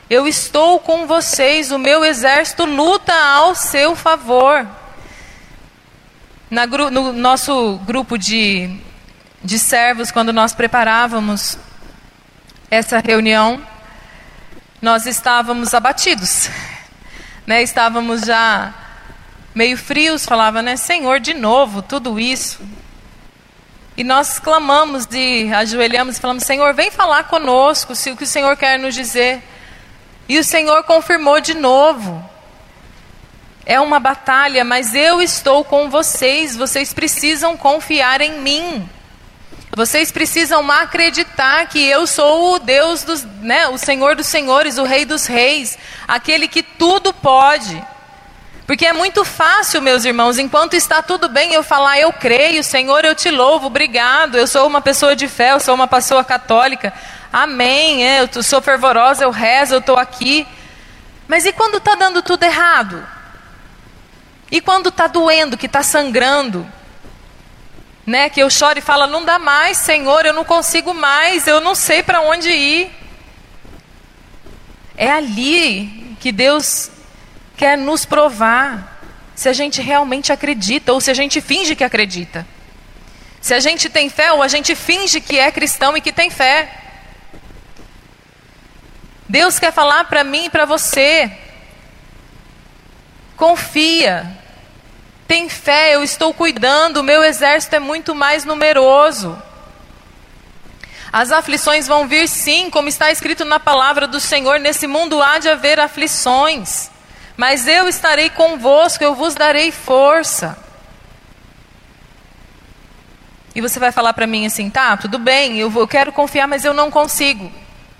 Eu estou com vocês, o meu exército luta ao seu favor. Na, no nosso grupo de, de servos, quando nós preparávamos essa reunião, nós estávamos abatidos, né? Estávamos já meio frios, falava, né? Senhor, de novo, tudo isso. E nós clamamos, de, ajoelhamos e falamos, Senhor, vem falar conosco, se o que o Senhor quer nos dizer. E o Senhor confirmou de novo. É uma batalha, mas eu estou com vocês. Vocês precisam confiar em mim. Vocês precisam acreditar que eu sou o Deus dos, né, o Senhor dos senhores, o Rei dos reis, aquele que tudo pode. Porque é muito fácil, meus irmãos, enquanto está tudo bem, eu falar, eu creio, Senhor, eu te louvo, obrigado, eu sou uma pessoa de fé, eu sou uma pessoa católica, amém, é, eu sou fervorosa, eu rezo, eu estou aqui. Mas e quando está dando tudo errado? E quando está doendo, que está sangrando? Né, que eu choro e falo, não dá mais, Senhor, eu não consigo mais, eu não sei para onde ir. É ali que Deus quer nos provar se a gente realmente acredita ou se a gente finge que acredita. Se a gente tem fé ou a gente finge que é cristão e que tem fé. Deus quer falar para mim e para você. Confia. Tem fé, eu estou cuidando, o meu exército é muito mais numeroso. As aflições vão vir sim, como está escrito na palavra do Senhor, nesse mundo há de haver aflições. Mas eu estarei convosco, eu vos darei força. E você vai falar para mim assim, tá, tudo bem, eu, vou, eu quero confiar, mas eu não consigo.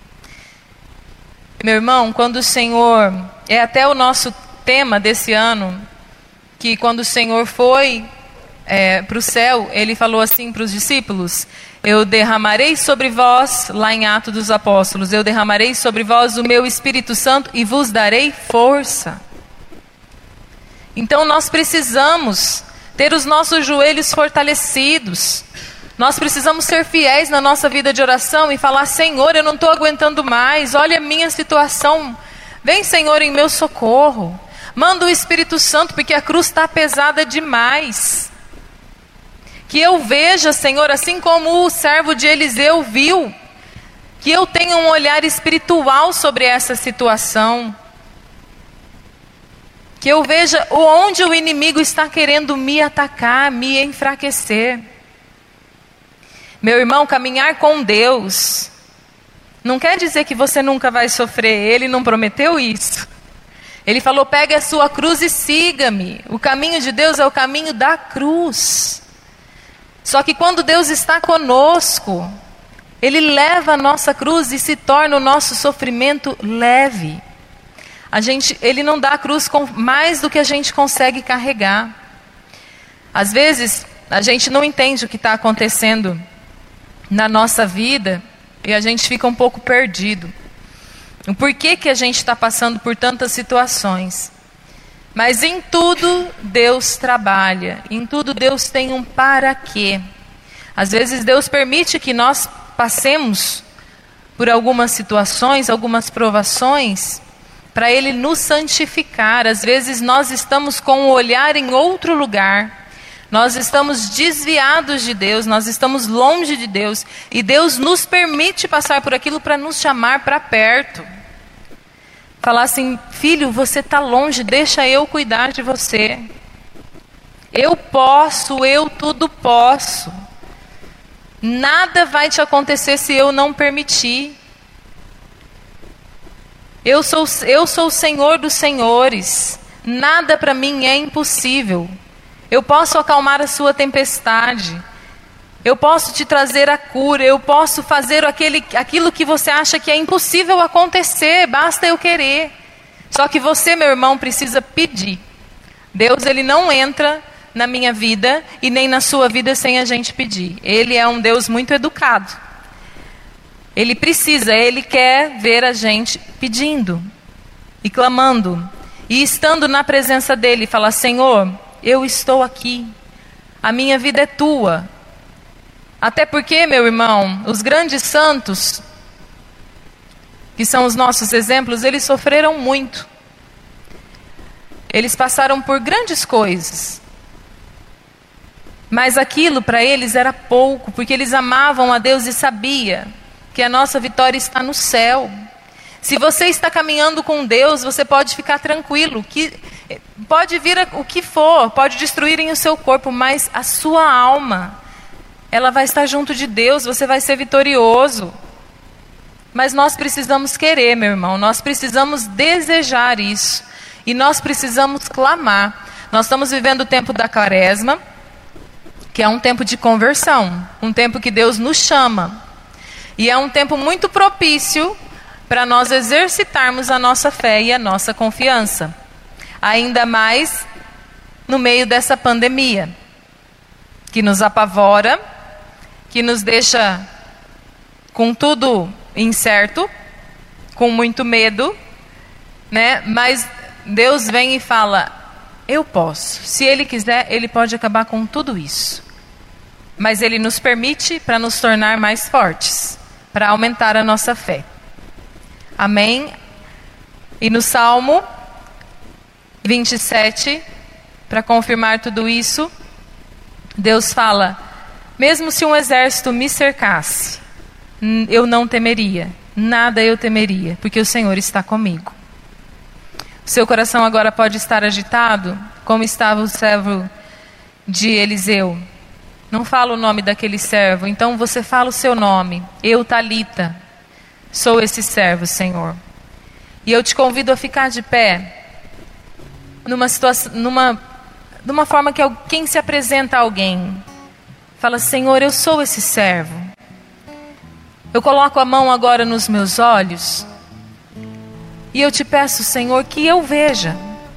Meu irmão, quando o Senhor, é até o nosso tema desse ano, que quando o Senhor foi é, para o céu, Ele falou assim para os discípulos, eu derramarei sobre vós, lá em Atos dos Apóstolos, eu derramarei sobre vós o meu Espírito Santo e vos darei força. Então nós precisamos ter os nossos joelhos fortalecidos, nós precisamos ser fiéis na nossa vida de oração e falar, Senhor, eu não estou aguentando mais, olha a minha situação, vem Senhor em meu socorro. Manda o Espírito Santo, porque a cruz está pesada demais. Que eu veja, Senhor, assim como o servo de Eliseu viu, que eu tenha um olhar espiritual sobre essa situação. Que eu veja onde o inimigo está querendo me atacar, me enfraquecer. Meu irmão, caminhar com Deus não quer dizer que você nunca vai sofrer. Ele não prometeu isso. Ele falou, pegue a sua cruz e siga-me. O caminho de Deus é o caminho da cruz. Só que quando Deus está conosco, Ele leva a nossa cruz e se torna o nosso sofrimento leve. A gente, Ele não dá a cruz com mais do que a gente consegue carregar. Às vezes, a gente não entende o que está acontecendo na nossa vida e a gente fica um pouco perdido. O porquê que a gente está passando por tantas situações. Mas em tudo Deus trabalha. Em tudo Deus tem um para quê. Às vezes Deus permite que nós passemos por algumas situações, algumas provações, para Ele nos santificar. Às vezes nós estamos com o olhar em outro lugar. Nós estamos desviados de Deus, nós estamos longe de Deus. E Deus nos permite passar por aquilo para nos chamar para perto. Falar assim, filho, você está longe, deixa eu cuidar de você. Eu posso, eu tudo posso. Nada vai te acontecer se eu não permitir. Eu sou, eu sou o Senhor dos senhores. Nada para mim é impossível. Eu posso acalmar a sua tempestade. Eu posso te trazer a cura, eu posso fazer aquele, aquilo que você acha que é impossível acontecer, basta eu querer. Só que você, meu irmão, precisa pedir. Deus, Ele não entra na minha vida e nem na sua vida sem a gente pedir. Ele é um Deus muito educado. Ele precisa, Ele quer ver a gente pedindo e clamando. E estando na presença dEle, falar, Senhor, eu estou aqui, a minha vida é Tua. Até porque, meu irmão, os grandes santos, que são os nossos exemplos, eles sofreram muito. Eles passaram por grandes coisas. Mas aquilo para eles era pouco, porque eles amavam a Deus e sabia que a nossa vitória está no céu. Se você está caminhando com Deus, você pode ficar tranquilo, que pode vir o que for, pode destruírem o seu corpo, mas a sua alma, ela vai estar junto de Deus, você vai ser vitorioso. Mas nós precisamos querer, meu irmão, nós precisamos desejar isso, e nós precisamos clamar. Nós estamos vivendo o tempo da quaresma, que é um tempo de conversão, um tempo que Deus nos chama, e é um tempo muito propício para nós exercitarmos a nossa fé e a nossa confiança, ainda mais no meio dessa pandemia, que nos apavora, que nos deixa com tudo incerto, com muito medo, né? Mas Deus vem e fala, eu posso, se Ele quiser, Ele pode acabar com tudo isso, mas Ele nos permite para nos tornar mais fortes, para aumentar a nossa fé. Amém? E no Salmo vinte e sete, para confirmar tudo isso, Deus fala, mesmo se um exército me cercasse, eu não temeria, nada eu temeria, porque o Senhor está comigo. O seu coração agora pode estar agitado, como estava o servo de Eliseu. Não fala o nome daquele servo, então você fala o seu nome. Eu, Talita, sou esse servo, Senhor. E eu te convido a ficar de pé, numa situação, numa, numa forma que quem se apresenta a alguém, fala, Senhor, eu sou esse servo. Eu coloco a mão agora nos meus olhos, e eu te peço, Senhor, que eu veja,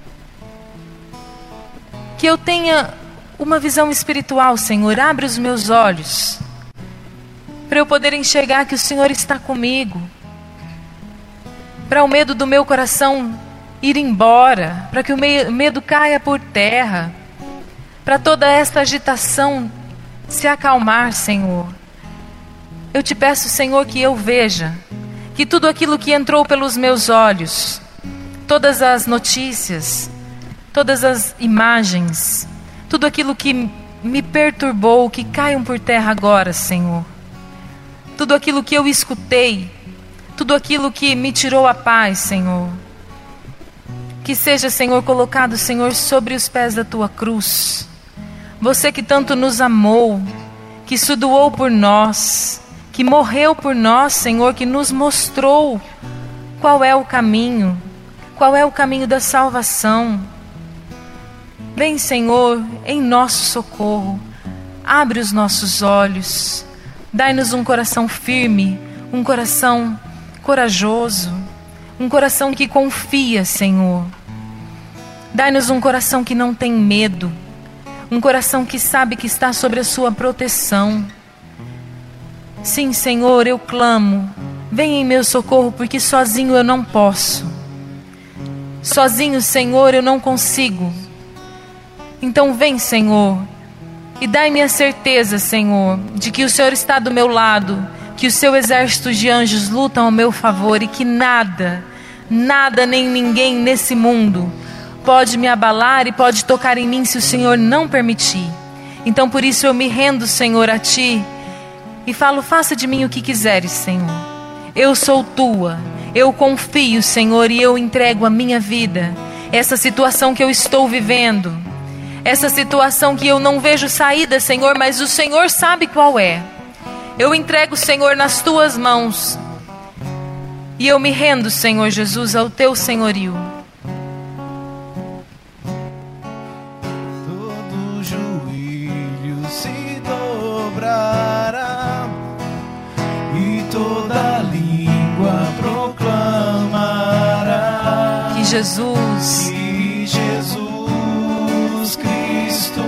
que eu tenha uma visão espiritual, Senhor. Abre os meus olhos, para eu poder enxergar que o Senhor está comigo, para o medo do meu coração ir embora, para que o medo caia por terra, para toda esta agitação se acalmar, Senhor. Eu te peço, Senhor, que eu veja, que tudo aquilo que entrou pelos meus olhos, todas as notícias, todas as imagens, tudo aquilo que me perturbou, que caiam por terra agora, Senhor. Tudo aquilo que eu escutei, tudo aquilo que me tirou a paz, Senhor. Que seja, Senhor, colocado, Senhor, sobre os pés da Tua cruz. Você que tanto nos amou, que se doou por nós, que morreu por nós, Senhor, que nos mostrou qual é o caminho, qual é o caminho da salvação. Vem, Senhor, em nosso socorro, abre os nossos olhos, dai-nos um coração firme, um coração corajoso, um coração que confia, Senhor. Dai-nos um coração que não tem medo, um coração que sabe que está sobre a sua proteção. Sim, Senhor, eu clamo, vem em meu socorro, porque sozinho eu não posso. Sozinho, Senhor, eu não consigo. Então vem, Senhor, e dai-me a certeza, Senhor, de que o Senhor está do meu lado, que o seu exército de anjos lutam ao meu favor e que nada, nada nem ninguém nesse mundo pode me abalar e pode tocar em mim se o Senhor não permitir. Então por isso eu me rendo, Senhor, a Ti e falo, faça de mim o que quiseres, Senhor. Eu sou Tua, eu confio, Senhor, e eu entrego a minha vida, essa situação que eu estou vivendo, essa situação que eu não vejo saída, Senhor, mas o Senhor sabe qual é. Eu entrego, Senhor, nas Tuas mãos e eu me rendo, Senhor Jesus, ao Teu senhorio. Todo joelho se dobrará e toda língua proclamará que Jesus, que Jesus Cristo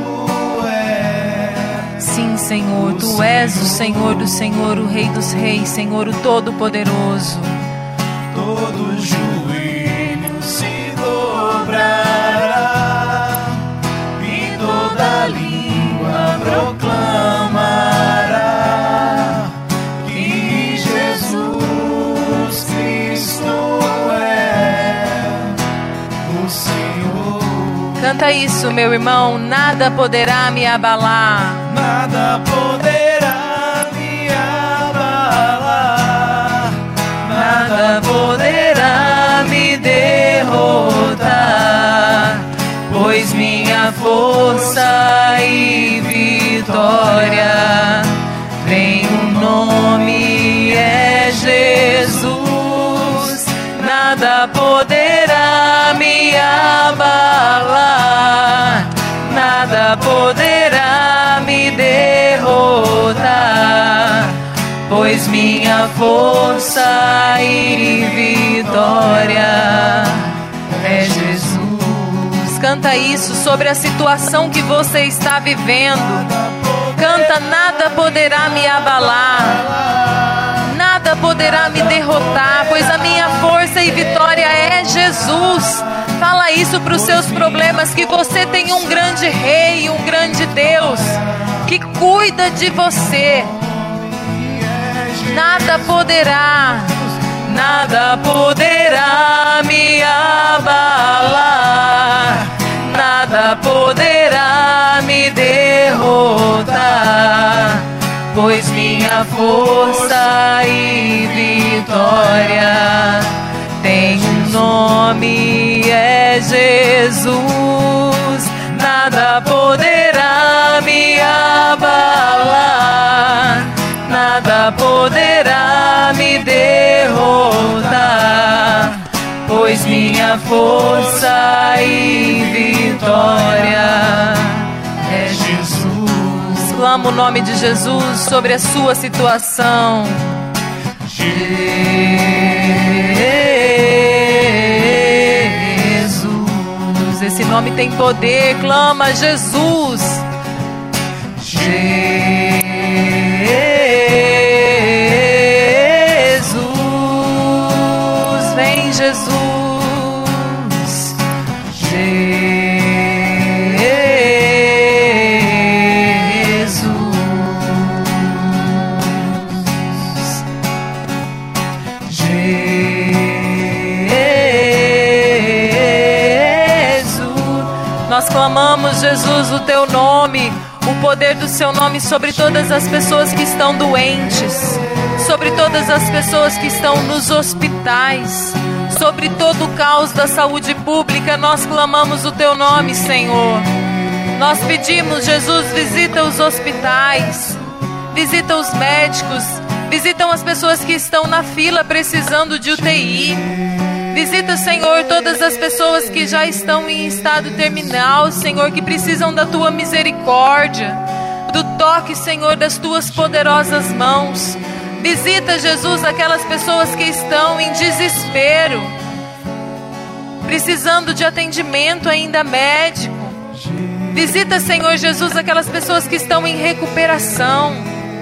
é. Sim, Senhor, Tu és o Senhor do Senhor, o Rei dos Reis, Senhor, o Todo-Poderoso. Todo joelho se dobrará e toda língua proclamará que Jesus Cristo Canta isso, meu irmão. Nada poderá me abalar. Nada poderá me abalar. Nada poderá me derrotar, pois minha força e vitória vem o nome é Jesus. Nada poderá me abalar, nada poderá me derrotar, pois minha força e vitória é Jesus. Canta isso sobre a situação que você está vivendo. Canta, nada poderá me abalar, nada poderá me derrotar, pois a minha força e vitória é Jesus. Fala isso para os seus problemas, que você tem um grande rei, um grande Deus, que cuida de você. Nada poderá, nada poderá me abalar, nada poderá me derrotar, pois minha força e vitória tem um nome, é Jesus. Nada poderá me abalar, nada poderá me derrotar, pois minha força e vitória é Jesus. Clama o nome de Jesus sobre a sua situação. Jesus, esse nome tem poder. Clama Jesus. Jesus, vem Jesus. Nós clamamos, Jesus, o teu nome, o poder do seu nome sobre todas as pessoas que estão doentes, sobre todas as pessoas que estão nos hospitais, sobre todo o caos da saúde pública. Nós clamamos o teu nome, Senhor. Nós pedimos, Jesus, visita os hospitais, visita os médicos, visitam as pessoas que estão na fila precisando de U T I. Visita, Senhor, todas as pessoas que já estão em estado terminal, Senhor, que precisam da Tua misericórdia, do toque, Senhor, das Tuas poderosas mãos. Visita, Jesus, aquelas pessoas que estão em desespero, precisando de atendimento ainda médico. Visita, Senhor Jesus, aquelas pessoas que estão em recuperação.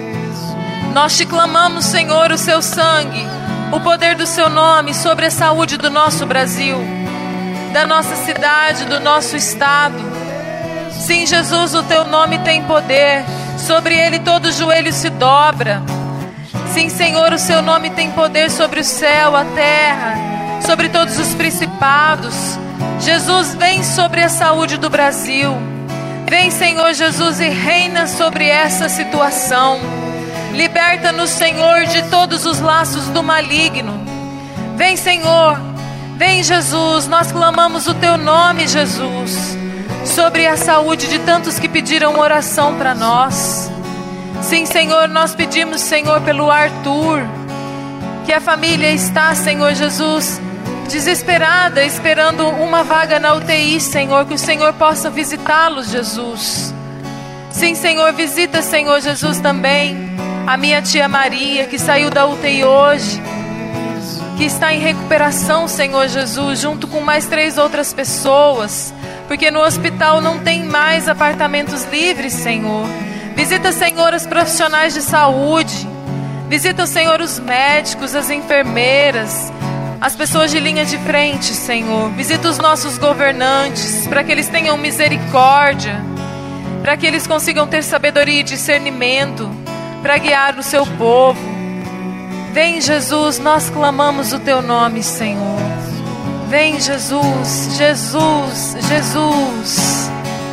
Nós te clamamos, Senhor, o seu sangue, o poder do seu nome sobre a saúde do nosso Brasil, da nossa cidade, do nosso estado. Sim, Jesus, o teu nome tem poder, sobre ele todo joelho se dobra. Sim, Senhor, o seu nome tem poder sobre o céu, a terra, sobre todos os principados. Jesus, vem sobre a saúde do Brasil. Vem, Senhor Jesus, e reina sobre essa situação. Liberta-nos, Senhor, de todos os laços do maligno. Vem, Senhor. Vem, Jesus. Nós clamamos o teu nome, Jesus, sobre a saúde de tantos que pediram oração para nós. Sim, Senhor, nós pedimos, Senhor, pelo Arthur, que a família está, Senhor Jesus, desesperada, esperando uma vaga na U T I, Senhor, que o Senhor possa visitá-los, Jesus. Sim, Senhor, visita, Senhor Jesus, também a minha tia Maria, que saiu da U T I hoje, que está em recuperação, Senhor Jesus, junto com mais três outras pessoas, porque no hospital não tem mais apartamentos livres, Senhor. Visita, Senhor, os profissionais de saúde. Visita, Senhor, os médicos, as enfermeiras, as pessoas de linha de frente, Senhor. Visita os nossos governantes, para que eles tenham misericórdia, para que eles consigam ter sabedoria e discernimento, para guiar o seu povo. Vem, Jesus, nós clamamos o teu nome, Senhor. Vem, Jesus, Jesus, Jesus.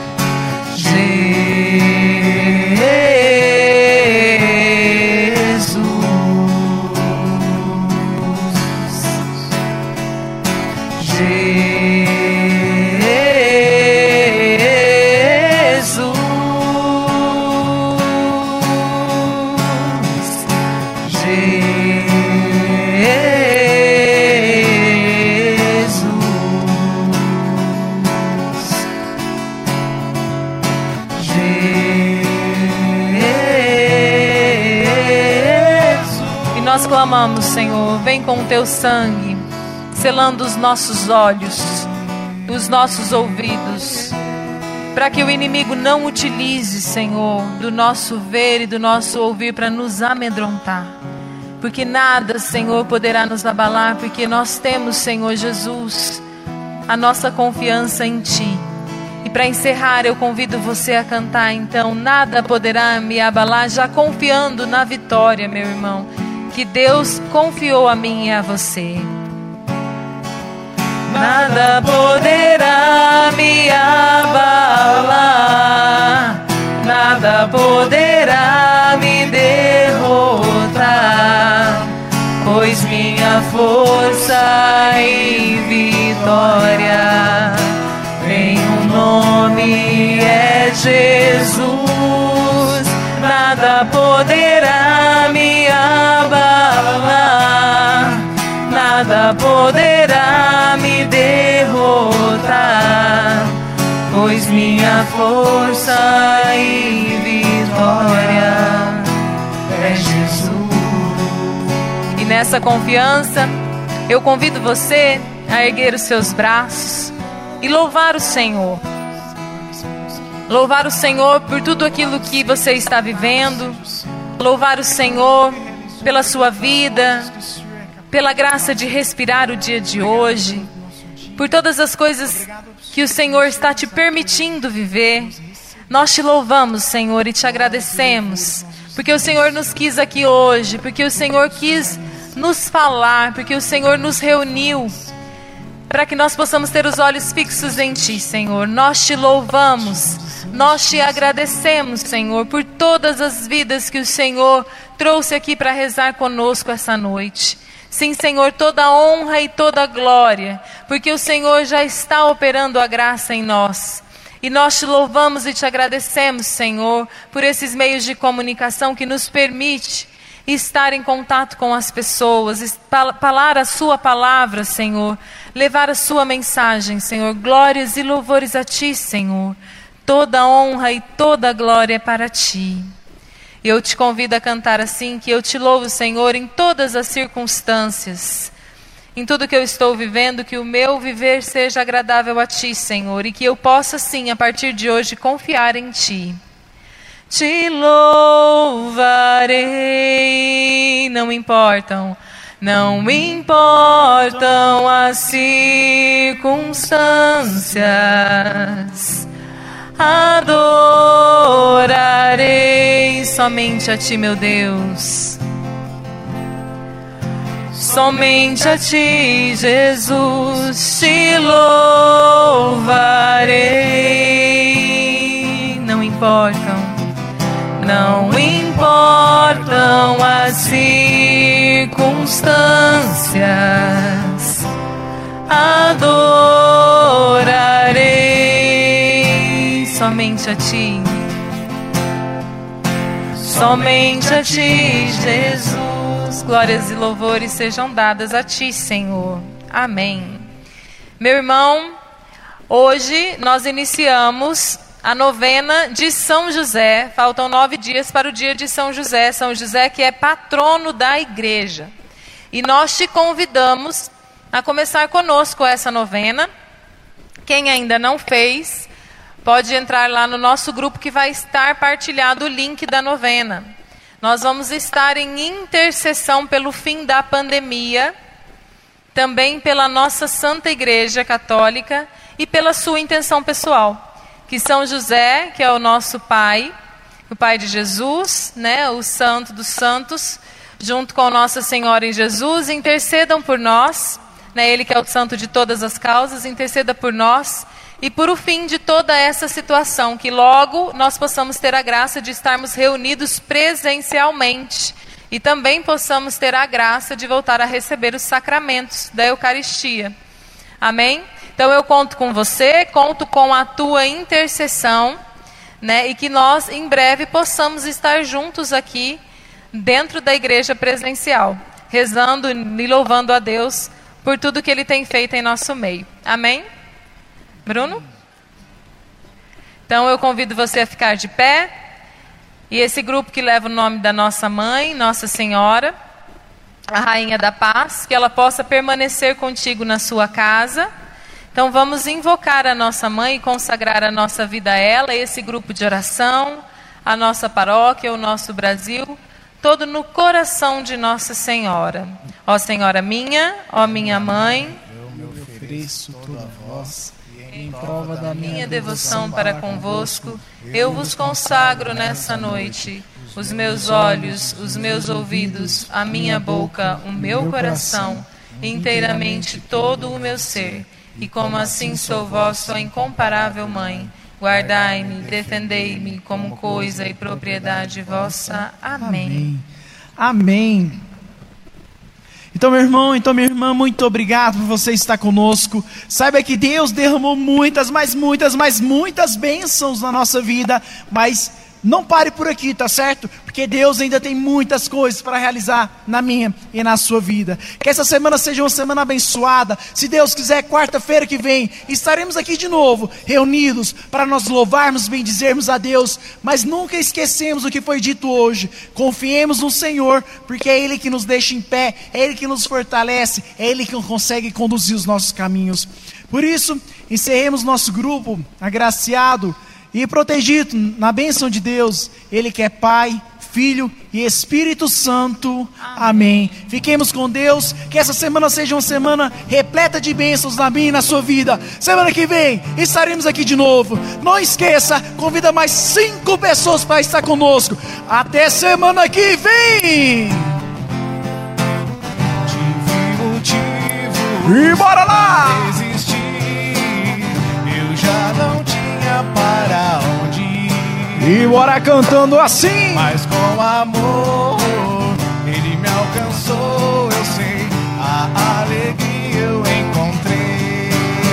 Nós clamamos, Senhor, vem com o teu sangue, selando os nossos olhos, os nossos ouvidos, para que o inimigo não utilize, Senhor, do nosso ver e do nosso ouvir para nos amedrontar. Porque nada, Senhor, poderá nos abalar, porque nós temos, Senhor Jesus, a nossa confiança em Ti. E para encerrar, eu convido você a cantar, então, nada poderá me abalar, já confiando na vitória, meu irmão, que Deus confiou a mim e a você. Nada poderá me abalar, nada poderá me derrotar, pois minha força e vitória em um nome é Jesus. Nada poderá me abalar, nada poderá me derrotar, pois minha força e vitória é Jesus. E nessa confiança, eu convido você a erguer os seus braços e louvar o Senhor. Louvar o Senhor por tudo aquilo que você está vivendo. Louvar o Senhor pela sua vida, pela graça de respirar o dia de hoje, por todas as coisas que o Senhor está te permitindo viver. Nós te louvamos, Senhor, e te agradecemos, porque o Senhor nos quis aqui hoje, porque o Senhor quis nos falar, porque o Senhor nos reuniu, para que nós possamos ter os olhos fixos em Ti, Senhor. Nós te louvamos, nós te agradecemos, Senhor, por todas as vidas que o Senhor trouxe aqui para rezar conosco essa noite. Sim, Senhor, toda a honra e toda a glória, porque o Senhor já está operando a graça em nós. E nós te louvamos e te agradecemos, Senhor, por esses meios de comunicação que nos permite estar em contato com as pessoas, falar a sua palavra, Senhor, levar a sua mensagem, Senhor. Glórias e louvores a Ti, Senhor. Toda honra e toda glória é para Ti. Eu te convido a cantar assim, que eu te louvo, Senhor, em todas as circunstâncias, em tudo que eu estou vivendo, que o meu viver seja agradável a Ti, Senhor, e que eu possa, sim, a partir de hoje, confiar em Ti. Te louvarei, não importam, não importam as circunstâncias. Adorarei somente a Ti, meu Deus. Somente a Ti, Jesus, te louvarei. Não importam, não importam as circunstâncias. Adorarei somente a Ti, somente a Ti, Jesus. Glórias e louvores sejam dadas a Ti, Senhor. Amém. Meu irmão, hoje nós iniciamos a novena de São José. Faltam nove dias para o dia de São José. São José, que é patrono da igreja. E nós te convidamos a começar conosco essa novena. Quem ainda não fez, pode entrar lá no nosso grupo, que vai estar partilhado o link da novena. Nós vamos estar em intercessão pelo fim da pandemia, também pela nossa Santa Igreja Católica e pela sua intenção pessoal. Que São José, que é o nosso pai, o pai de Jesus, né, o santo dos santos, junto com Nossa Senhora em Jesus, intercedam por nós né? Ele que é o santo de todas as causas, interceda por nós e por o fim de toda essa situação, que logo nós possamos ter a graça de estarmos reunidos presencialmente e também possamos ter a graça de voltar a receber os sacramentos da Eucaristia. Amém? Então eu conto com você, conto com a tua intercessão, né? E que nós em breve possamos estar juntos aqui dentro da igreja presencial, rezando e louvando a Deus por tudo que Ele tem feito em nosso meio. Amém? Bruno? Então eu convido você a ficar de pé. E esse grupo que leva o nome da nossa mãe, Nossa Senhora, a Rainha da Paz, que ela possa permanecer contigo na sua casa. Então vamos invocar a nossa mãe e consagrar a nossa vida a ela, esse grupo de oração, a nossa paróquia, o nosso Brasil, todo no coração de Nossa Senhora. Ó Senhora minha, ó minha mãe, eu me ofereço toda a vós, e em prova da minha devoção para convosco, eu vos consagro nessa noite os meus olhos, os meus ouvidos, a minha boca, o meu coração, inteiramente todo o meu ser. E como assim sou vossa incomparável mãe, guardai-me, defendei-me como coisa e propriedade vossa. Amém. Amém. Então, meu irmão, então, minha irmã, muito obrigado por você estar conosco. Saiba que Deus derramou muitas, mas muitas, mas muitas bênçãos na nossa vida, mas não pare por aqui, tá certo? Porque Deus ainda tem muitas coisas para realizar na minha e na sua vida. Que essa semana seja uma semana abençoada. Se Deus quiser, quarta-feira que vem, estaremos aqui de novo, reunidos, para nós louvarmos, bendizermos a Deus. Mas nunca esquecemos o que foi dito hoje. Confiemos no Senhor, porque é Ele que nos deixa em pé, é Ele que nos fortalece, é Ele que consegue conduzir os nossos caminhos. Por isso, encerremos nosso grupo agraciado e protegido na bênção de Deus, Ele que é Pai, Filho e Espírito Santo. Amém. Fiquemos com Deus, que essa semana seja uma semana repleta de bênçãos na minha e na sua vida. Semana que vem estaremos aqui de novo. Não esqueça, convida mais cinco pessoas para estar conosco. Até semana que vem. Tive motivo E bora lá! Existir, eu já não tinha para onde ir. E bora cantando assim. Mas com amor Ele me alcançou, eu sei. A alegria eu encontrei.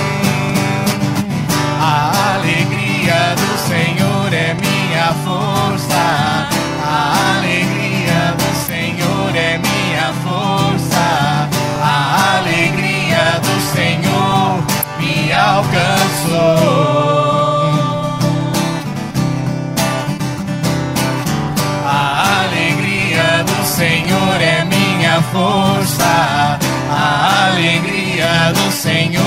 A alegria do Senhor é minha força. A alegria do Senhor é minha força. A alegria do Senhor me alcançou. Senhor é minha força, a alegria do Senhor